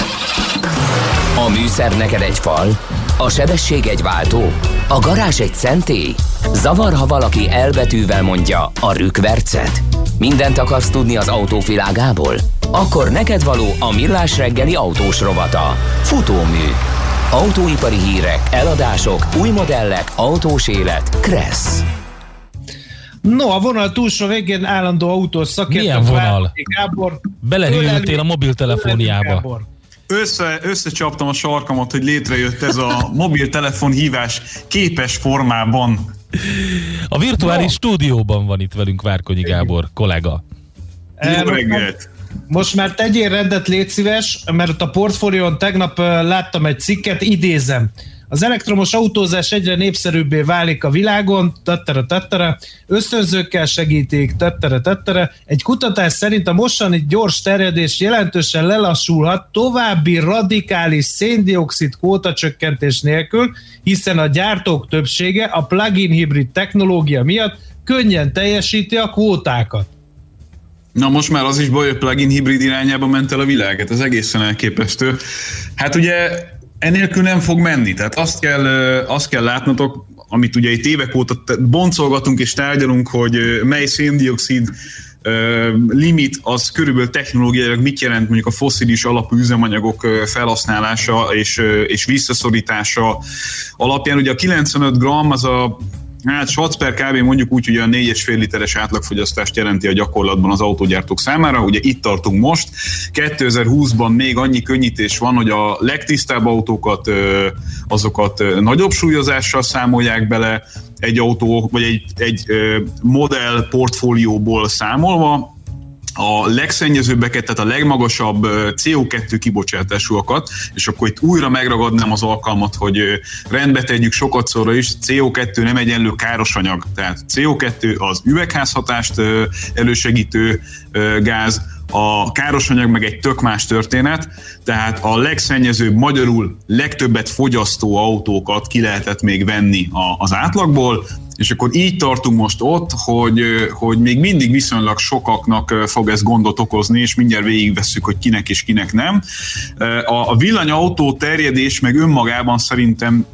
A műszer neked egy fal, a sebesség egy váltó, a garázs egy szentély. Zavar, ha valaki elbetűvel mondja a rükvercet. Mindent akarsz tudni az autóvilágából? Akkor neked való a Millás reggeli autós rovata. Futómű. Autóipari hírek, eladások, új modellek, autós élet. Kressz. No, a vonal túlsó végén állandó autós szakértő. Milyen vonal? Gábor. Belehűltél a mobiltelefóniába. Össze, összecsaptam a sarkamat, hogy létrejött ez a mobiltelefon hívás képes formában. A virtuális no. stúdióban van itt velünk Várkonyi Gábor, kollega. Jó reggelt! Most már tegyél rendet, légy szíves, mert a portfólión tegnap láttam egy cikket, idézem. Az elektromos autózás egyre népszerűbbé válik a világon, tattara, tattara, ösztönzőkkel segítik, tattara, tattara. Egy kutatás szerint a mostani gyors terjedés jelentősen lelassulhat további radikális széndioxid kvótacsökkentés nélkül, hiszen a gyártók többsége a plug-in hibrid technológia miatt könnyen teljesíti a kvótákat. Na most már az is baj, hogy plug-in hibrid irányába ment el a világ, ez egészen elképesztő. Hát ugye enélkül nem fog menni, tehát azt kell, azt kell látnotok, amit ugye itt évek óta boncolgatunk és tárgyalunk, hogy mely széndioxid limit az körülbelül technológiailag mit jelent mondjuk a fosszilis alapú üzemanyagok felhasználása és, és visszaszorítása alapján. Ugye a kilencvenöt gramm az a hát Schwarz per kb. Mondjuk úgy, hogy a négy egész öt literes átlagfogyasztást jelenti a gyakorlatban az autógyártók számára. Ugye itt tartunk most. kétezer-húszban még annyi könnyítés van, hogy a legtisztább autókat, azokat nagyobb súlyozással számolják bele egy autó, vagy egy, egy modell portfólióból számolva. A legszennyezőbbeket, tehát a legmagasabb cé o kettő kibocsátásúakat, és akkor itt újra megragadnám az alkalmat, hogy rendbe tegyük sokat szóra is, cé o kettő nem egyenlő káros anyag, tehát cé o kettő az üvegházhatást elősegítő gáz, a káros anyag meg egy tök más történet, tehát a legszennyezőbb, magyarul legtöbbet fogyasztó autókat ki lehetett még venni az átlagból, és akkor így tartunk most ott, hogy, hogy még mindig viszonylag sokaknak fog ez gondot okozni, és mindjárt végigvesszük, hogy kinek és kinek nem. A, a villanyautó terjedés meg önmagában szerintem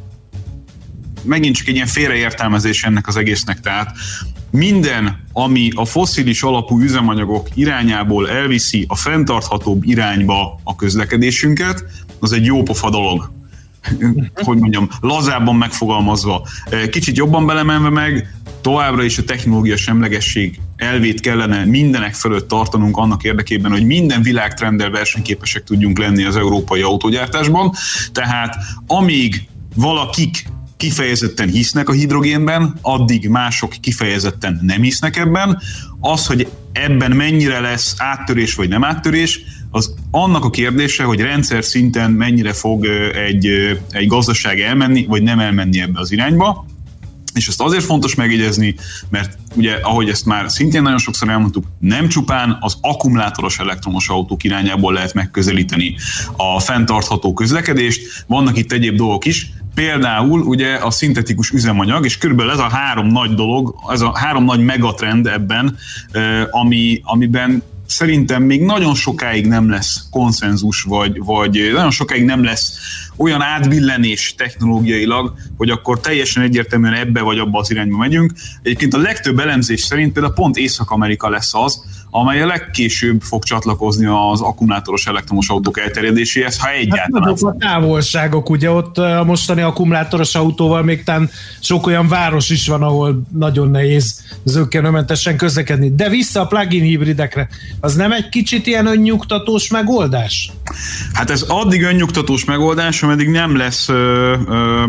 megint csak egy ilyen félreértelmezés ennek az egésznek, tehát minden, ami a fosszilis alapú üzemanyagok irányából elviszi a fenntarthatóbb irányba a közlekedésünket, az egy jópofa dolog. Hogy mondjam, lazábban megfogalmazva. Kicsit jobban belemenve meg, továbbra is a technológia semlegesség elvét kellene mindenek fölött tartanunk annak érdekében, hogy minden világtrenddel versenyképesek tudjunk lenni az európai autógyártásban. Tehát amíg valakik kifejezetten hisznek a hidrogénben, addig mások kifejezetten nem hisznek ebben. Az, hogy ebben mennyire lesz áttörés vagy nem áttörés, az annak a kérdése, hogy rendszer szinten mennyire fog egy, egy gazdaság elmenni, vagy nem elmenni ebbe az irányba. És ezt azért fontos megjegyezni, mert ugye, ahogy ezt már szintén nagyon sokszor elmondtuk, nem csupán az akkumulátoros elektromos autók irányából lehet megközelíteni a fenntartható közlekedést, vannak itt egyéb dolgok is, például ugye a szintetikus üzemanyag, és körülbelül ez a három nagy dolog, ez a három nagy megatrend ebben, ami, amiben szerintem még nagyon sokáig nem lesz konszenzus, vagy, vagy nagyon sokáig nem lesz olyan átbillenés technológiailag, hogy akkor teljesen egyértelműen ebbe vagy abba az irányba megyünk. Egyébként a legtöbb elemzés szerint például pont Észak-Amerika lesz az, amely a legkésőbb fog csatlakozni az akkumulátoros elektromos autók elterjedéséhez, ha egyáltalán. Hát a távolságok, ugye ott a mostani akkumulátoros autóval még tán sok olyan város is van, ahol nagyon nehéz zökkenőmentesen közlekedni. De vissza a plug-in hibridekre, az nem egy kicsit ilyen önnyugtatós megoldás? Hát ez addig önnyugtatós megoldás, ameddig nem lesz ö, ö,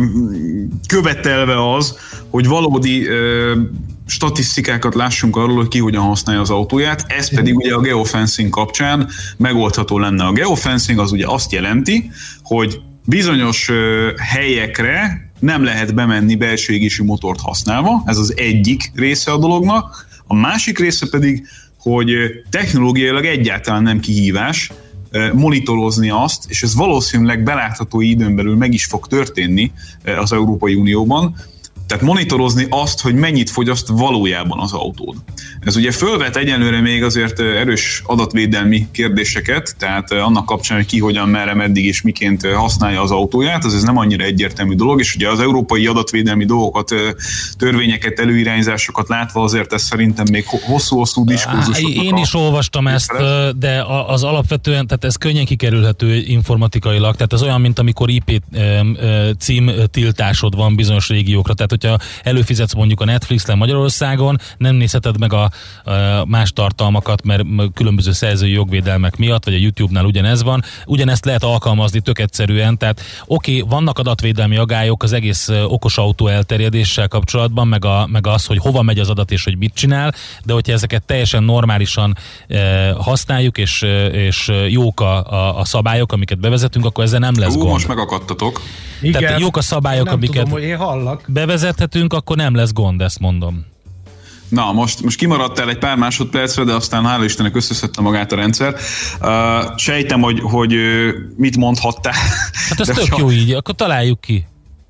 követelve az, hogy valódi ö, statisztikákat lássunk arról, hogy ki hogyan használja az autóját, ez pedig ugye a geofencing kapcsán megoldható lenne. A geofencing az ugye azt jelenti, hogy bizonyos ö, helyekre nem lehet bemenni belső égésű motort használva, ez az egyik része a dolognak, a másik része pedig, hogy technológiailag egyáltalán nem kihívás monitorozni azt, és ez valószínűleg belátható időn belül meg is fog történni az Európai Unióban, Tehát monitorozni azt, hogy mennyit fogyaszt valójában az autód. Ez ugye fölvet egyenlőre még azért erős adatvédelmi kérdéseket, tehát annak kapcsán, hogy ki, hogyan, merre, meddig és miként használja az autóját, az ez nem annyira egyértelmű dolog, és ugye az európai adatvédelmi dolgokat, törvényeket, előirányzásokat látva azért ez szerintem még hosszú-hosszú diskurzusoknak. Én is olvastam ezt, de az alapvetően, tehát ez könnyen kikerülhető informatikailag, tehát ez olyan, mint amikor I P cím tiltásod van bizonyos régiókra, tehát hogyha előfizetsz mondjuk a Netflixen Magyarországon, nem nézheted meg a, a más tartalmakat, mert különböző szerzői jogvédelmek miatt, vagy a YouTube-nál ugyanez van, ugyanezt lehet alkalmazni tök egyszerűen, tehát oké, okay, vannak adatvédelmi agályok az egész okos autó elterjedéssel kapcsolatban, meg, a, meg az, hogy hova megy az adat és hogy mit csinál, de hogyha ezeket teljesen normálisan e, használjuk, és, és jók a, a, a szabályok, amiket bevezetünk, akkor ezzel nem lesz Ú, gond. Most megakadtatok. Tehát igen, jók a szabályok, nem amiket tudom, én hallak. bevezethetünk, akkor nem lesz gond, ezt mondom. Na, most, most kimaradtál egy pár másodpercre, de aztán hála Istennek összeszedte magát a rendszer. Uh, sejtem, hogy, hogy mit mondhattál. Hát ez tök jó így, akkor találjuk ki.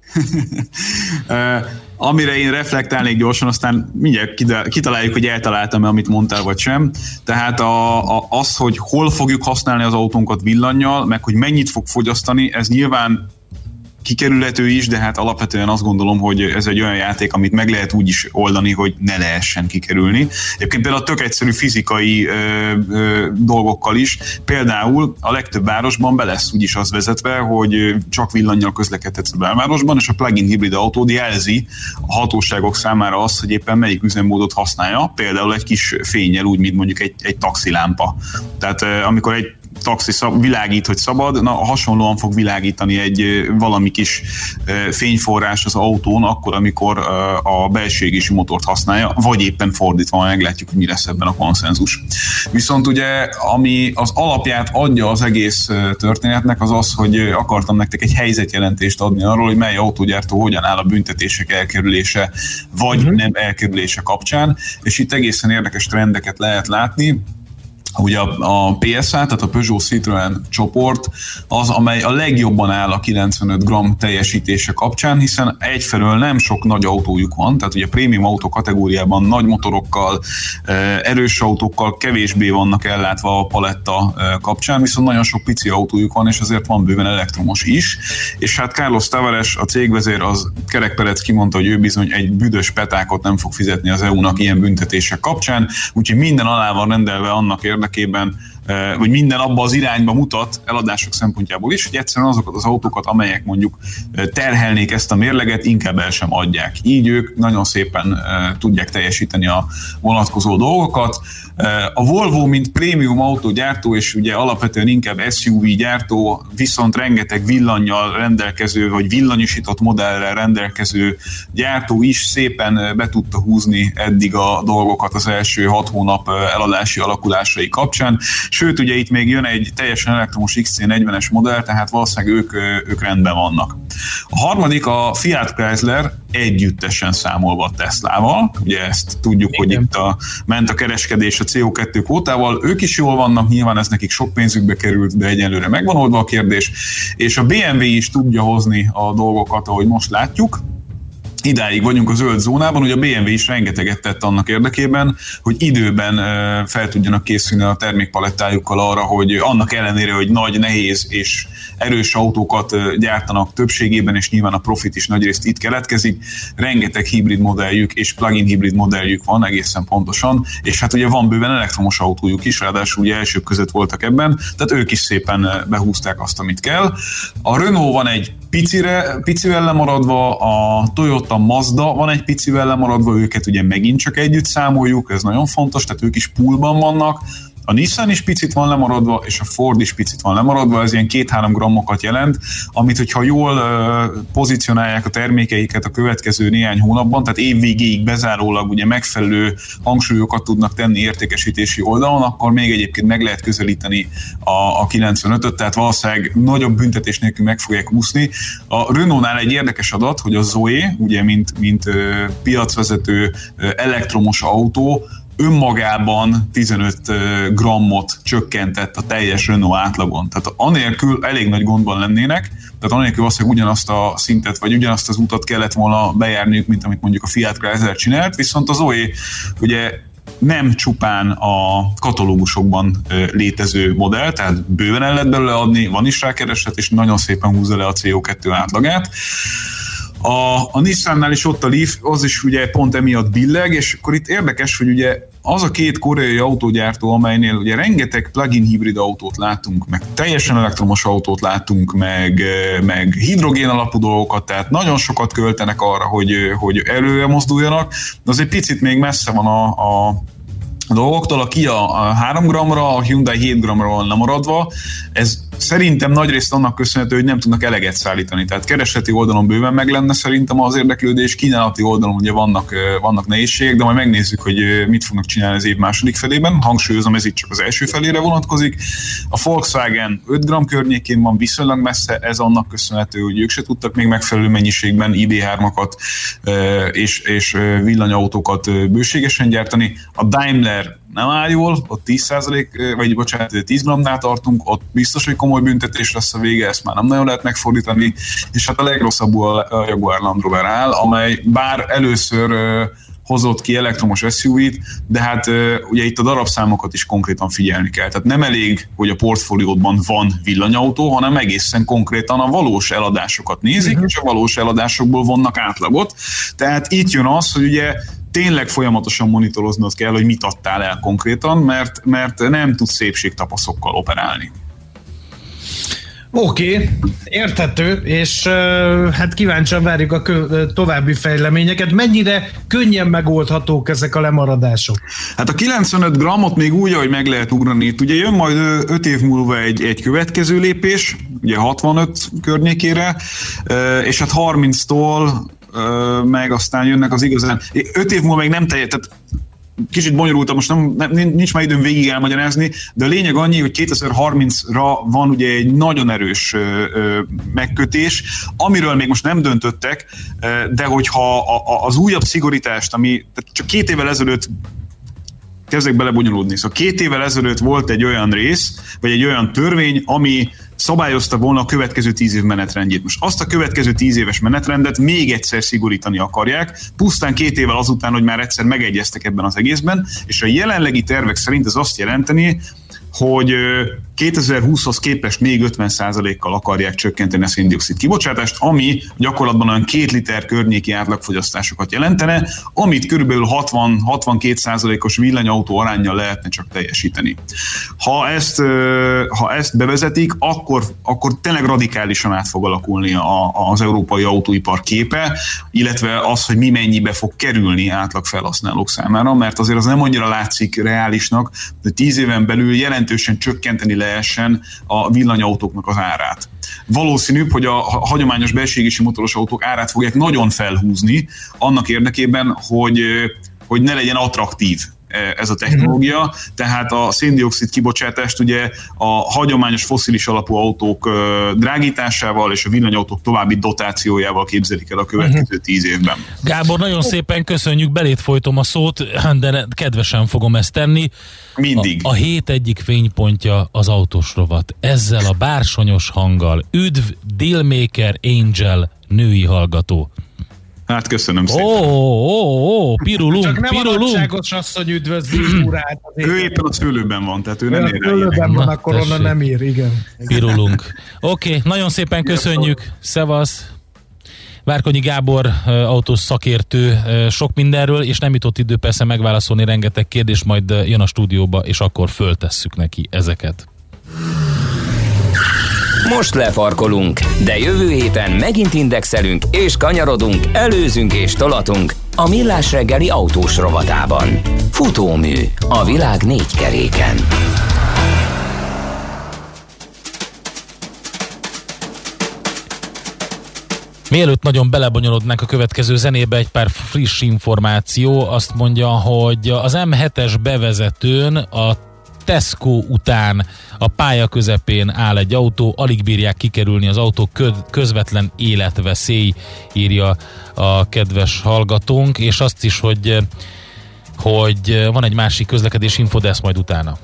uh, amire én reflektálnék gyorsan, aztán mindjárt kitaláljuk, hogy eltaláltam-e, amit mondtál, vagy sem. Tehát a, a, az, hogy hol fogjuk használni az autónkat villannyal, meg hogy mennyit fog fogyasztani, ez nyilván kikerülhető is, de hát alapvetően azt gondolom, hogy ez egy olyan játék, amit meg lehet úgy is oldani, hogy ne lehessen kikerülni. Egyébként például tök egyszerű fizikai ö, ö, dolgokkal is. Például a legtöbb városban be lesz úgyis az vezetve, hogy csak villannyal közlekedhetsz a belvárosban, és a plug-in hibrid autód jelzi a hatóságok számára azt, hogy éppen melyik üzemmódot használja, például egy kis fénnyel, úgy, mint mondjuk egy, egy taxilámpa. Tehát ö, amikor egy taxi szab, világít, hogy szabad, na hasonlóan fog világítani egy valami kis fényforrás az autón, akkor, amikor a belső égési motort használja, vagy éppen fordítva, meglátjuk, hogy mi lesz ebben a konszenzus. Viszont ugye, ami az alapját adja az egész történetnek, az az, hogy akartam nektek egy helyzetjelentést adni arról, hogy mely autógyártó hogyan áll a büntetések elkerülése, vagy uh-huh. nem elkerülése kapcsán, és itt egészen érdekes trendeket lehet látni. Ugye a, a pé es á, tehát a Peugeot Citroën csoport az, amely a legjobban áll a kilencvenöt gramm teljesítése kapcsán, hiszen egyfelől nem sok nagy autójuk van, tehát ugye a prémium autó kategóriában nagy motorokkal, erős autókkal kevésbé vannak ellátva a paletta kapcsán, viszont nagyon sok pici autójuk van, és azért van bőven elektromos is. És hát Carlos Tavares, a cégvezér, az kerekperec kimondta, hogy ő bizony egy büdös petákot nem fog fizetni az é u-nak ilyen büntetések kapcsán, úgyhogy minden alá van rendelve annak érdekében, érdekében, vagy minden abba az irányba mutat eladások szempontjából is, hogy egyszerűen azokat az autókat, amelyek mondjuk terhelnék ezt a mérleget, inkább el sem adják. Így ők nagyon szépen tudják teljesíteni a vonatkozó dolgokat. A Volvo, mint prémium autógyártó, és ugye alapvetően inkább es u vé gyártó, viszont rengeteg villannyal rendelkező, vagy villanyosított modellrel rendelkező gyártó is szépen be tudta húzni eddig a dolgokat az első hat hónap eladási alakulásai kapcsán. Sőt, ugye itt még jön egy teljesen elektromos iksz cé negyvenes modell, tehát valószínűleg ők, ők rendben vannak. A harmadik a Fiat Chrysler, együttesen számolva a Teslával. Ugye ezt tudjuk, igen, hogy itt a, ment a kereskedés a cé o kettő kvótával. Ők is jól vannak, nyilván ez nekik sok pénzükbe került, de egyenlőre megvan oldva a kérdés. És a bé em vé is tudja hozni a dolgokat, ahogy most látjuk. Idáig vagyunk a zöld zónában, hogy a bé em vé is rengeteget tett annak érdekében, hogy időben fel tudjanak készülni a termékpalettájukkal arra, hogy annak ellenére, hogy nagy, nehéz és erős autókat gyártanak többségében, és nyilván a profit is nagyrészt itt keletkezik, rengeteg hibrid modelljük és plug-in hibrid modelljük van egészen pontosan, és hát ugye van bőven elektromos autójuk is, ráadásul ugye elsők között voltak ebben, tehát ők is szépen behúzták azt, amit kell. A Renault van egy picire, picivel lemaradva, a Toyota Mazda van egy picivel lemaradva, őket ugye megint csak együtt számoljuk, ez nagyon fontos, tehát ők is poolban vannak. A Nissan is picit van lemaradva, és a Ford is picit van lemaradva, ez ilyen két-három grammokat jelent, amit hogyha jól uh, pozícionálják a termékeiket a következő néhány hónapban, tehát évvégéig bezárólag ugye megfelelő hangsúlyokat tudnak tenni értékesítési oldalon, akkor még egyébként meg lehet közelíteni a, a kilencvenötöt, tehát valószínűleg nagyobb büntetés nélkül meg fogják úszni. A Renault-nál egy érdekes adat, hogy a Zoe, ugye mint, mint uh, piacvezető uh, elektromos autó, önmagában tizenöt grammot csökkentett a teljes Renault átlagon. Tehát anélkül elég nagy gondban lennének, tehát anélkül azt, hogy ugyanazt a szintet, vagy ugyanazt az utat kellett volna bejárniuk, mint amit mondjuk a Fiat Chrysler csinált, viszont az Zoe ugye nem csupán a katalógusokban létező modell, tehát bőven el lehet belőle adni, van is rá kereslet, és nagyon szépen húzza le a cé o kettő átlagát. A, a Nissannál is ott a Leaf, az is ugye pont emiatt billeg, és akkor itt érdekes, hogy ugye az a két koreai autógyártó, amelynél ugye rengeteg plug-in hibrid autót látunk, meg teljesen elektromos autót látunk, meg, meg hidrogén alapú dolgokat, tehát nagyon sokat költenek arra, hogy, hogy előre mozduljanak, de az egy picit még messze van a, a a dolgoktól. A Kia a három grammra, a Hyundai hét grammra van lemaradva. Ez szerintem nagyrészt annak köszönhető, hogy nem tudnak eleget szállítani. Tehát keresleti oldalon bőven meg lenne szerintem az érdeklődés, kínálati oldalon ugye vannak, vannak nehézségek, de majd megnézzük, hogy mit fognak csinálni az év második felében. Hangsúlyozom, ez itt csak az első felére vonatkozik. A Volkswagen öt gramm környékén van, viszonylag messze, ez annak köszönhető, hogy ők se tudtak még megfelelő mennyiségben i dé hármakat és, és villanyautókat bőségesen gyártani. A Daimler nem áll jól, ott tíz százalék, vagy bocsánat, tíz grammnál tartunk, ott biztos, hogy komoly büntetés lesz a vége, ezt már nem nagyon lehet megfordítani, és hát a legrosszabbul a Jaguar Land Rover áll, amely bár először hozott ki elektromos es u vé-t, de hát ugye itt a darabszámokat is konkrétan figyelni kell. Tehát nem elég, hogy a portfóliódban van villanyautó, hanem egészen konkrétan a valós eladásokat nézik, uh-huh. és a valós eladásokból vonnak átlagot. Tehát itt jön az, hogy ugye tényleg folyamatosan monitoroznod kell, hogy mit adtál el konkrétan, mert, mert nem tudsz szépségtapaszokkal operálni. Oké, okay, érthető, és uh, hát kíváncsian várjuk a kö- további fejleményeket. Mennyire könnyen megoldhatók ezek a lemaradások? Hát a kilencvenöt grammot még úgy, ahogy meg lehet ugrani. Itt ugye jön majd öt év múlva egy, egy következő lépés, ugye hatvanöt környékére, uh, és hát harminctól uh, meg aztán jönnek az igazán. öt év múlva még nem teljes, tehát kicsit bonyolultam, most nem, nem, nincs már időm végig elmagyarázni, de a lényeg annyi, hogy kétezer-harmincra van ugye egy nagyon erős ö, ö, megkötés, amiről még most nem döntöttek, ö, de hogyha a, a, az újabb szigorítást, ami tehát csak két évvel ezelőtt kezdek belebonyolódni, szóval két évvel ezelőtt volt egy olyan rész, vagy egy olyan törvény, ami szabályozta volna a következő tíz év menetrendjét. Most azt a következő tíz éves menetrendet még egyszer szigorítani akarják, pusztán két évvel azután, hogy már egyszer megegyeztek ebben az egészben, és a jelenlegi tervek szerint ez azt jelenteni, hogy kétezer-húszhoz képest még ötven százalékkal akarják csökkenteni a szén-dioxid kibocsátást, ami gyakorlatban olyan két liter környéki átlagfogyasztásokat jelentene, amit körülbelül hatvan-hatvankét százalékos villanyautó aránnyal lehetne csak teljesíteni. Ha ezt, ha ezt bevezetik, akkor, akkor tényleg radikálisan át fog alakulni a, az európai autóipar képe, illetve az, hogy mi mennyibe fog kerülni átlag felhasználók számára, mert azért az nem annyira látszik reálisnak, de tíz éven belül jelentősen csökkenteni lehessen a villanyautóknak az árát. Valószínűbb, hogy a hagyományos belső égési motoros autók árát fogják nagyon felhúzni annak érdekében, hogy, hogy ne legyen attraktív ez a technológia, tehát a szén-dioxid kibocsátást ugye a hagyományos fosszilis alapú autók drágításával és a villanyautók további dotációjával képzelik el a következő tíz évben. Gábor, nagyon szépen köszönjük, belét folytom a szót, de kedvesen fogom ezt tenni. Mindig. A, a hét egyik fénypontja az autós rovat. Ezzel a bársonyos hanggal. Üdv, Dealmaker Angel, női hallgató. Hát köszönöm szépen. Ó, ó, ó, pirulunk, Csak nem pirulunk. a nagyságos asszony üdvözli úrát. Ő éppen a szőlőben van, tehát ő nem ér. A szőlőben van, akkor onnan nem ír, igen. Pirulunk. Oké, okay, nagyon szépen köszönjük. Szevasz. Várkonyi Gábor, autós szakértő sok mindenről, és nem jutott idő persze megválaszolni rengeteg kérdést, majd jön a stúdióba, és akkor föltesszük neki ezeket. Most lefarkolunk, de jövő héten megint indexelünk és kanyarodunk, előzünk és tolatunk a Millás reggeli autós rovatában. Futómű a világ négy keréken. Mielőtt nagyon belebonyolodnánk a következő zenébe, egy pár friss információ. Azt mondja, hogy az em hetes bevezetőn a Tesco után a pálya közepén áll egy autó, alig bírják kikerülni az autó, közvetlen életveszély, írja a kedves hallgatónk, és azt is, hogy hogy van egy másik közlekedési info, de ezt majd utána.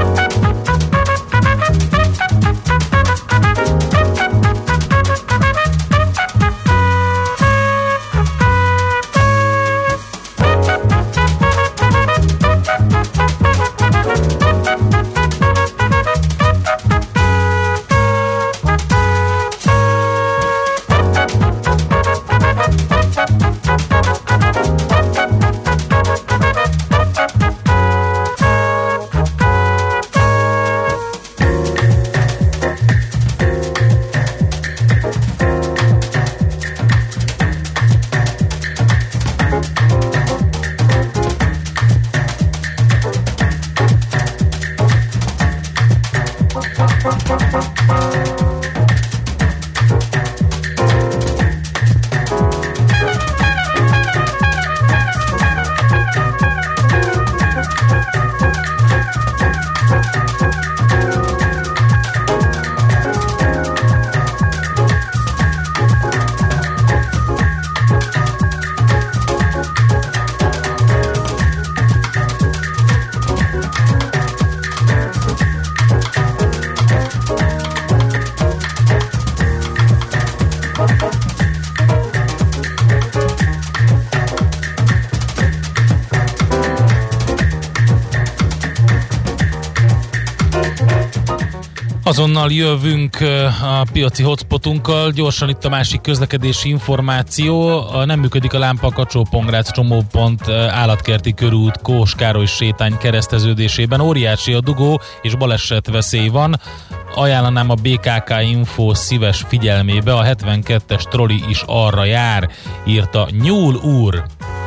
Azonnal jövünk a piaci hotspotunkkal, gyorsan itt a másik közlekedési információ. Nem működik a lámpa a Kacsó-Pongrác csomópont állatkerti körút Kós Károly sétány kereszteződésében. Óriási a dugó és baleset veszély van. Ajánlanám a bé ká ká Info szíves figyelmébe, a hetvenkettes troli is arra jár, írta Nyúl úr.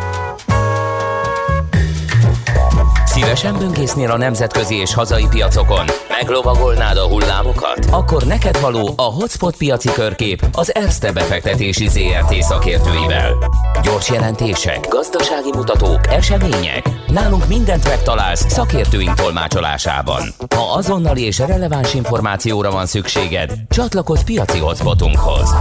Szívesen böngésznél a nemzetközi és hazai piacokon? Meglovagolnád a hullámokat? Akkor neked való a Hotspot piaci körkép az Erste befektetési zé er té szakértőivel. Gyors jelentések, gazdasági mutatók, események. Nálunk mindent megtalálsz szakértőink tolmácsolásában. Ha azonnali és releváns információra van szükséged, csatlakozz piaci hotspotunkhoz.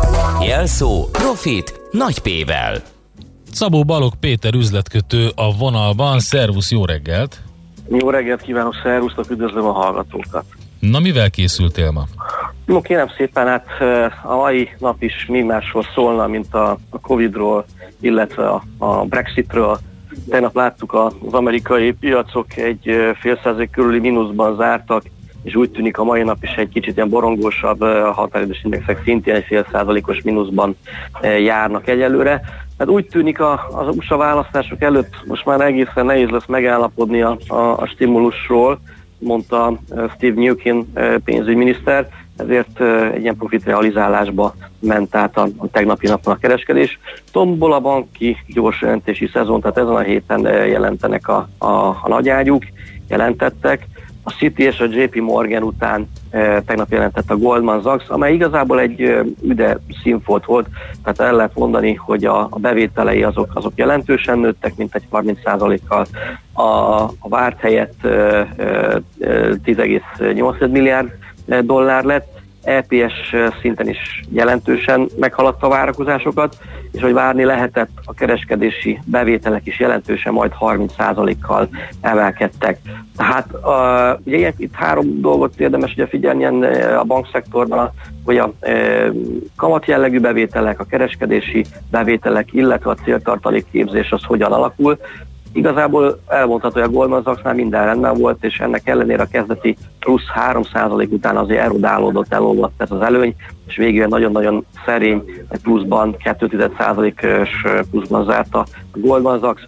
Jelszó Profit nagy P-vel. Szabó Balogh Péter üzletkötő a vonalban. Szervusz, jó reggelt! Jó reggelt kívánok, szervusztok, üdvözlöm a hallgatókat! Na, mivel készültél ma? No, kérem szépen, hát a mai nap is mi másról szólna, mint a, a Covidról, illetve a, a Brexitről. Tegnap láttuk az amerikai piacok egy fél százalék körüli mínuszban zártak, és úgy tűnik a mai nap is egy kicsit ilyen borongósabb, a határidős indexek szintén egy fél százalékos mínuszban járnak egyelőre. Hát úgy tűnik a, az u es á választások előtt most már egészen nehéz lesz megállapodni a, a, a stimulusról, mondta Steve Mnuchin pénzügyminiszter, ezért egy ilyen profitrealizálásba ment át a, a tegnapi napon a kereskedés. Tombol a banki gyors jelentési szezon, tehát ezen a héten jelentenek a, a, a nagyágyuk, jelentettek. A Citi és a jé pé Morgan után eh, tegnap jelentett a Goldman Sachs, amely igazából egy eh, üde színfolt volt, tehát el lehet mondani, hogy a, a bevételei azok, azok jelentősen nőttek, mint egy harminc százalékkal. A, a várt helyett eh, eh, tíz egész nyolc milliárd dollár lett, é pé es szinten is jelentősen meghaladta a várakozásokat, és hogy várni lehetett, a kereskedési bevételek is jelentősen majd harminc százalékkal emelkedtek. Tehát uh, ugye ilyen, itt három dolgot érdemes ugye figyelni a bankszektorban, hogy a e, kamat jellegű bevételek, a kereskedési bevételek, illetve a céltartalék képzés az hogyan alakul. Igazából elmondható, hogy a Goldman Sachsnál minden rendben volt, és ennek ellenére a kezdeti plusz három százalék után azért erodálódott, elolvadt ez az előny, és végül nagyon-nagyon szerény pluszban, két százalékos pluszban zárt a Goldman Sachs.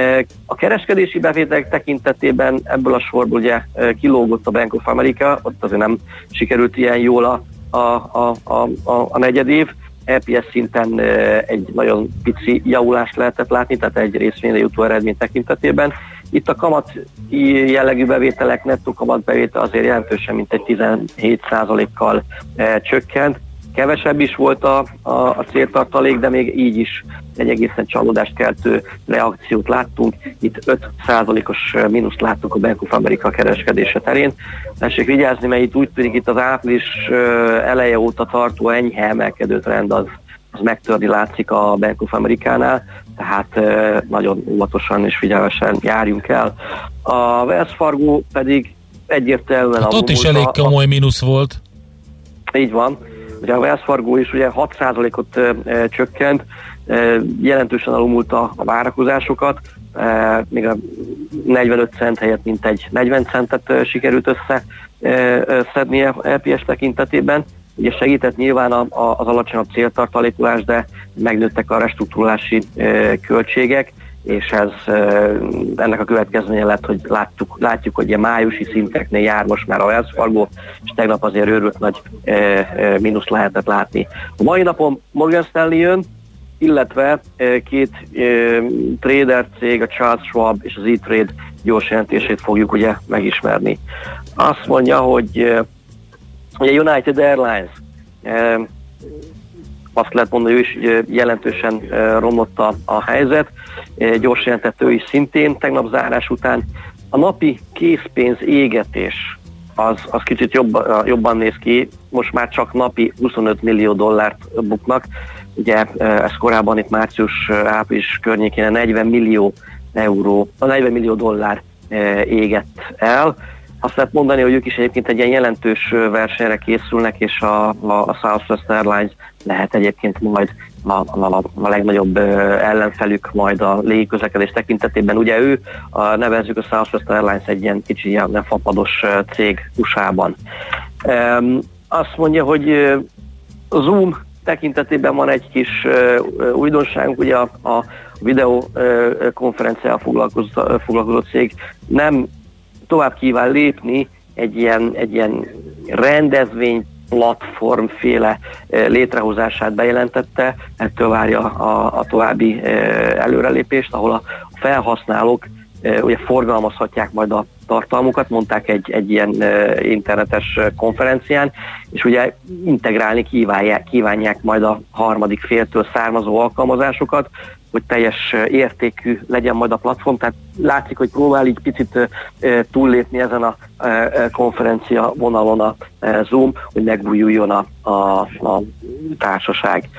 A kereskedési bevételek tekintetében ebből a sorból ugye kilógott a Bank of America, ott azért nem sikerült ilyen jól a, a, a, a, a negyedév. é pé es szinten egy nagyon pici javulást lehetett látni, tehát egy részvényre jutó eredmény tekintetében. Itt a kamat jellegű bevételek, nettó kamatbevétel azért jelentősen, mint egy tizenhét százalékkal e, csökkent. Kevesebb is volt a, a, a céltartalék, de még így is egy egészen csalódást keltő reakciót láttunk. Itt öt százalékos mínuszt láttuk a Bank of America kereskedése terén. Tessék vigyázni, mert itt úgy tűnik, itt az április eleje óta tartó enyhe emelkedő trend az, az megtörni látszik a Bank of Americánál, tehát nagyon óvatosan és figyelmesen járjunk el. A Wells Fargo pedig egyértelműen... Hát ott is elég komoly mínusz volt. Így van. Ugye a Wells Fargo is ugye hat százalékot e, e, csökkent, e, jelentősen alulmúlta a várakozásokat, e, még a negyvenöt cent helyett mint egy negyven centet e, sikerült össze e, e, szednie é pé es tekintetében. Ugye segített nyilván a, a, az alacsonyabb céltartalékolás, de megnőttek a restruktúrálási e, költségek, és ez e, ennek a következménye lett, hogy láttuk, látjuk, hogy a májusi szinteknél jár most már a Wells Fargo, és tegnap azért őrült nagy e, e, mínusz lehetett látni. A mai napon Morgan Stanley jön, illetve e, két e, trader cég, a Charles Schwab és az E-Trade gyors jelentését fogjuk ugye megismerni. Azt mondja, hogy e, ugye United Airlines, e, azt lehet mondani, hogy ő is jelentősen romlott a, a helyzet, gyors jelentett ő is szintén tegnap zárás után. A napi készpénz égetés az, az kicsit jobban, jobban néz ki, most már csak napi huszonöt millió dollárt buknak, ugye ez korábban itt március-április környékén negyven millió euró, a negyven millió dollár égett el. Azt lehet mondani, hogy ők is egyébként egy ilyen jelentős versenyre készülnek, és a, a, a Southwest Airlines lehet egyébként majd a, a, a legnagyobb ellenfelük majd a légiközlekedés tekintetében. Ugye ő, a, nevezzük a Southwest Airlines egy ilyen kicsi ilyen fapados cég u es á-ban. Um, azt mondja, hogy a Zoom tekintetében van egy kis uh, újdonságunk, ugye a, a videokonferenciával foglalkozó, foglalkozó cég nem tovább kíván lépni egy ilyen, egy ilyen rendezvény platformféle létrehozását bejelentette, ettől várja a, a további előrelépést, ahol a felhasználók ugye forgalmazhatják majd a tartalmukat, mondták egy, egy ilyen internetes konferencián, és ugye integrálni kívánják, kívánják majd a harmadik féltől származó alkalmazásokat, hogy teljes értékű legyen majd a platform, tehát látszik, hogy próbál így picit túllépni ezen a konferencia vonalon a Zoom, hogy megbújuljon a, a, a társaság.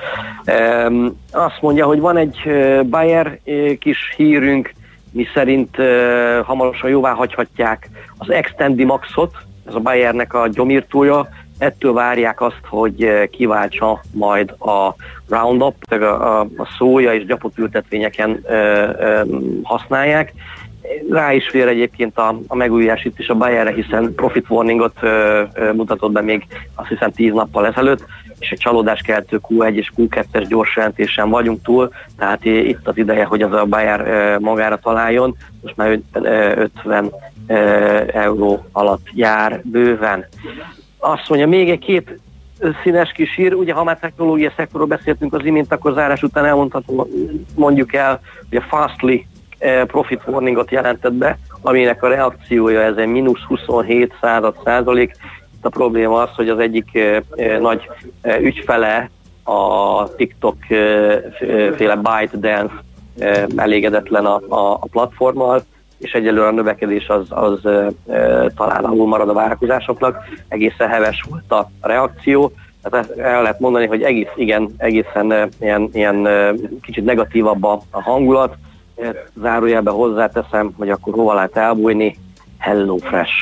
Azt mondja, hogy van egy Bayer kis hírünk, mi szerint hamarosan jóvá hagyhatják az Extendi Maxot, ez a Bayernek a gyomírtója, ettől várják azt, hogy kiváltsa majd a Roundup, a, a, a szója és gyapot ültetvényeken ö, ö, használják. Rá is fér egyébként a, a megújulás itt is a Bayerre, hiszen profit warningot ö, ö, mutatott be még azt hiszem tíz nappal ezelőtt, és egy csalódáskeltő kú egy és kú kettes gyors jelentésen vagyunk túl, tehát itt az ideje, hogy az a Bayer ö, magára találjon, most már ötven ö, euró alatt jár bőven. Azt mondja, még egy két színes kis hír, ugye ha már technológia szektorról beszéltünk az imént, akkor zárás után elmondhatom, mondjuk el, hogy a Fastly profit warningot jelentett be, aminek a reakciója ez egy mínusz huszonhét század százalék. Itt a probléma az, hogy az egyik nagy ügyfele a TikTok féle ByteDance elégedetlen a, a, a platformmal, és egyelőre a növekedés az, az e, talán alul marad a várakozásoknak. Egészen heves volt a reakció. Tehát el lehet mondani, hogy egész, igen, egészen e, ilyen, ilyen e, kicsit negatívabb a, a hangulat. E, zárójelben hozzáteszem, hogy akkor hova lehet elbújni. Hello Fresh.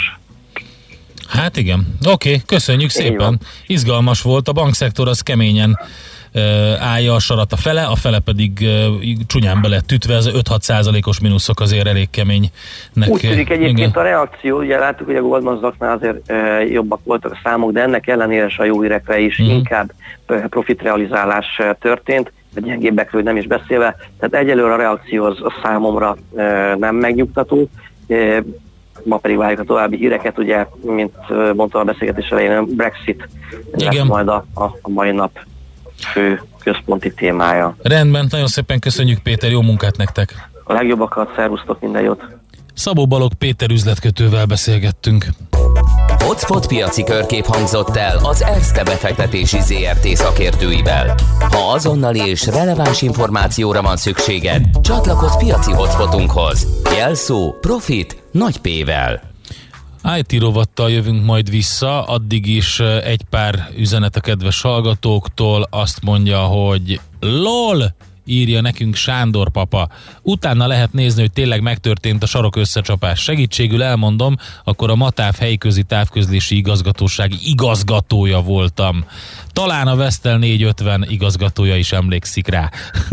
Hát igen. Oké, okay, köszönjük szépen. Izgalmas volt. A bankszektor az keményen állja a sarat a fele, a fele pedig uh, csúnyán be lett tütve, az öt-hat százalékos mínuszok azért elég keménynek. Úgy tűnik egyébként igen. A reakció, ugye láttuk, hogy a Goldman Sachsnál azért uh, jobbak voltak a számok, de ennek ellenére a jó hírekre is mm. inkább profitrealizálás uh, történt, vagy gyengébbekről nem is beszélve, tehát egyelőre a reakció az, az számomra uh, nem megnyugtató. Uh, ma pedig várjuk a további híreket, ugye, mint uh, mondtam a beszélgetés elején, a Brexit igen. lesz majd a, a, a mai nap fő központi témája. Rendben, nagyon szépen köszönjük, Péter, jó munkát nektek! A legjobbakat, szervusztok, minden jót! Szabó Balogh Péter üzletkötővel beszélgettünk. Hotspot piaci körkép hangzott el az Erste befektetési zé er té szakértőivel. Ha azonnali és releváns információra van szükséged, csatlakozz piaci hotspotunkhoz. Jelszó Profit nagy P-vel. í té rovattal jövünk majd vissza, addig is egy pár üzenet a kedves hallgatóktól, azt mondja, hogy LOL! Írja nekünk Sándor papa. Utána lehet nézni, hogy tényleg megtörtént a sarok összecsapás. Segítségül elmondom, akkor a Matáv helyközi távközlési igazgatóság igazgatója voltam. Talán a Vestel négyszázötven igazgatója is emlékszik rá.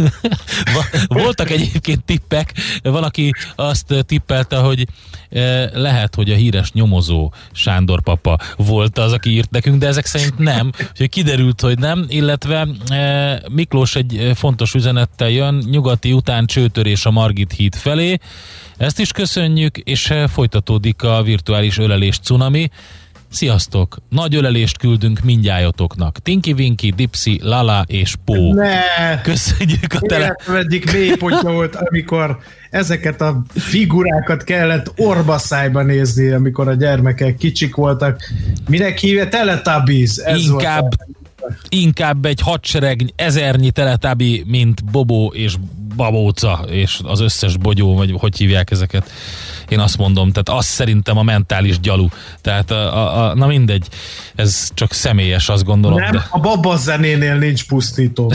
Voltak egyébként tippek, van, aki azt tippelte, hogy lehet, hogy a híres nyomozó Sándor papa volt az, aki írt nekünk, de ezek szerint nem. Úgyhogy kiderült, hogy nem, illetve Miklós egy fontos üzenettel jön, nyugati után csőtörés a Margit híd felé. Ezt is köszönjük, és folytatódik a virtuális ölelés cunami. Sziasztok! Nagy ölelést küldünk mindnyájatoknak. Tinky Winky, Dipsy, Lala és Pó. Ne! Köszönjük a tele... Életem egyik mélypontja volt, amikor ezeket a figurákat kellett orbaszájba nézni, amikor a gyermekek kicsik voltak. Minek hívja? Teletubbies. Ez Inkább... volt a... Inkább egy hadsereg ezernyi teletabi, mint Bobó és Babóca, és az összes bogyó, vagy hogy hívják ezeket. Én azt mondom, tehát az szerintem a mentális gyalu. Tehát a, a, a, na mindegy, ez csak személyes, azt gondolom. Nem, de... a babazenénél nincs pusztító.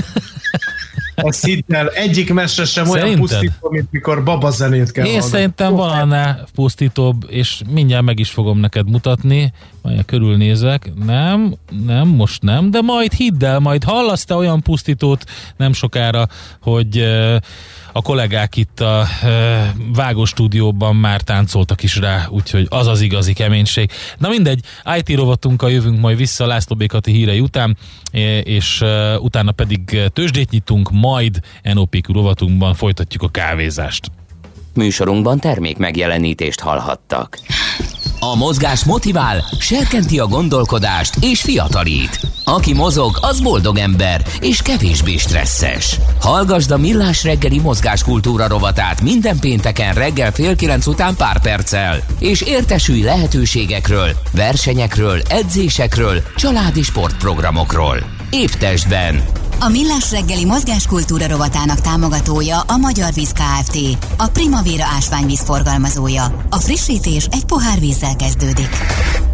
Ezt hidd el, egyik mese sem olyan Szerinted? pusztító, mint mikor babazenét kell Én hallani. szerintem van annál pusztítóbb, és mindjárt meg is fogom neked mutatni, majd körülnézek. Nem, nem, most nem, de majd hidd el, majd hallasz te olyan pusztítót nem sokára, hogy uh, a kollégák itt a uh, vágóstúdióban már táncoltak is rá, úgyhogy az az igazi keménység. Na mindegy, í té rovatunkkal jövünk majd vissza László B. Kati hírei után, és uh, utána pedig tőzsdét nyitunk, majd en o pé kú rovatunkban folytatjuk a kávézást. Műsorunkban termék megjelenítést hallhattak. A mozgás motivál, serkenti a gondolkodást és fiatalít. Aki mozog, az boldog ember és kevésbé stresszes. Hallgasd a Millás reggeli mozgáskultúra rovatát minden pénteken reggel fél kilenc után pár perccel, és értesülj lehetőségekről, versenyekről, edzésekről, családi sportprogramokról. Épp testben. A Millás reggeli mozgáskultúra rovatának támogatója a Magyar Víz Kft. A Primavera ásványvíz forgalmazója. A frissítés egy pohár vízzel kezdődik.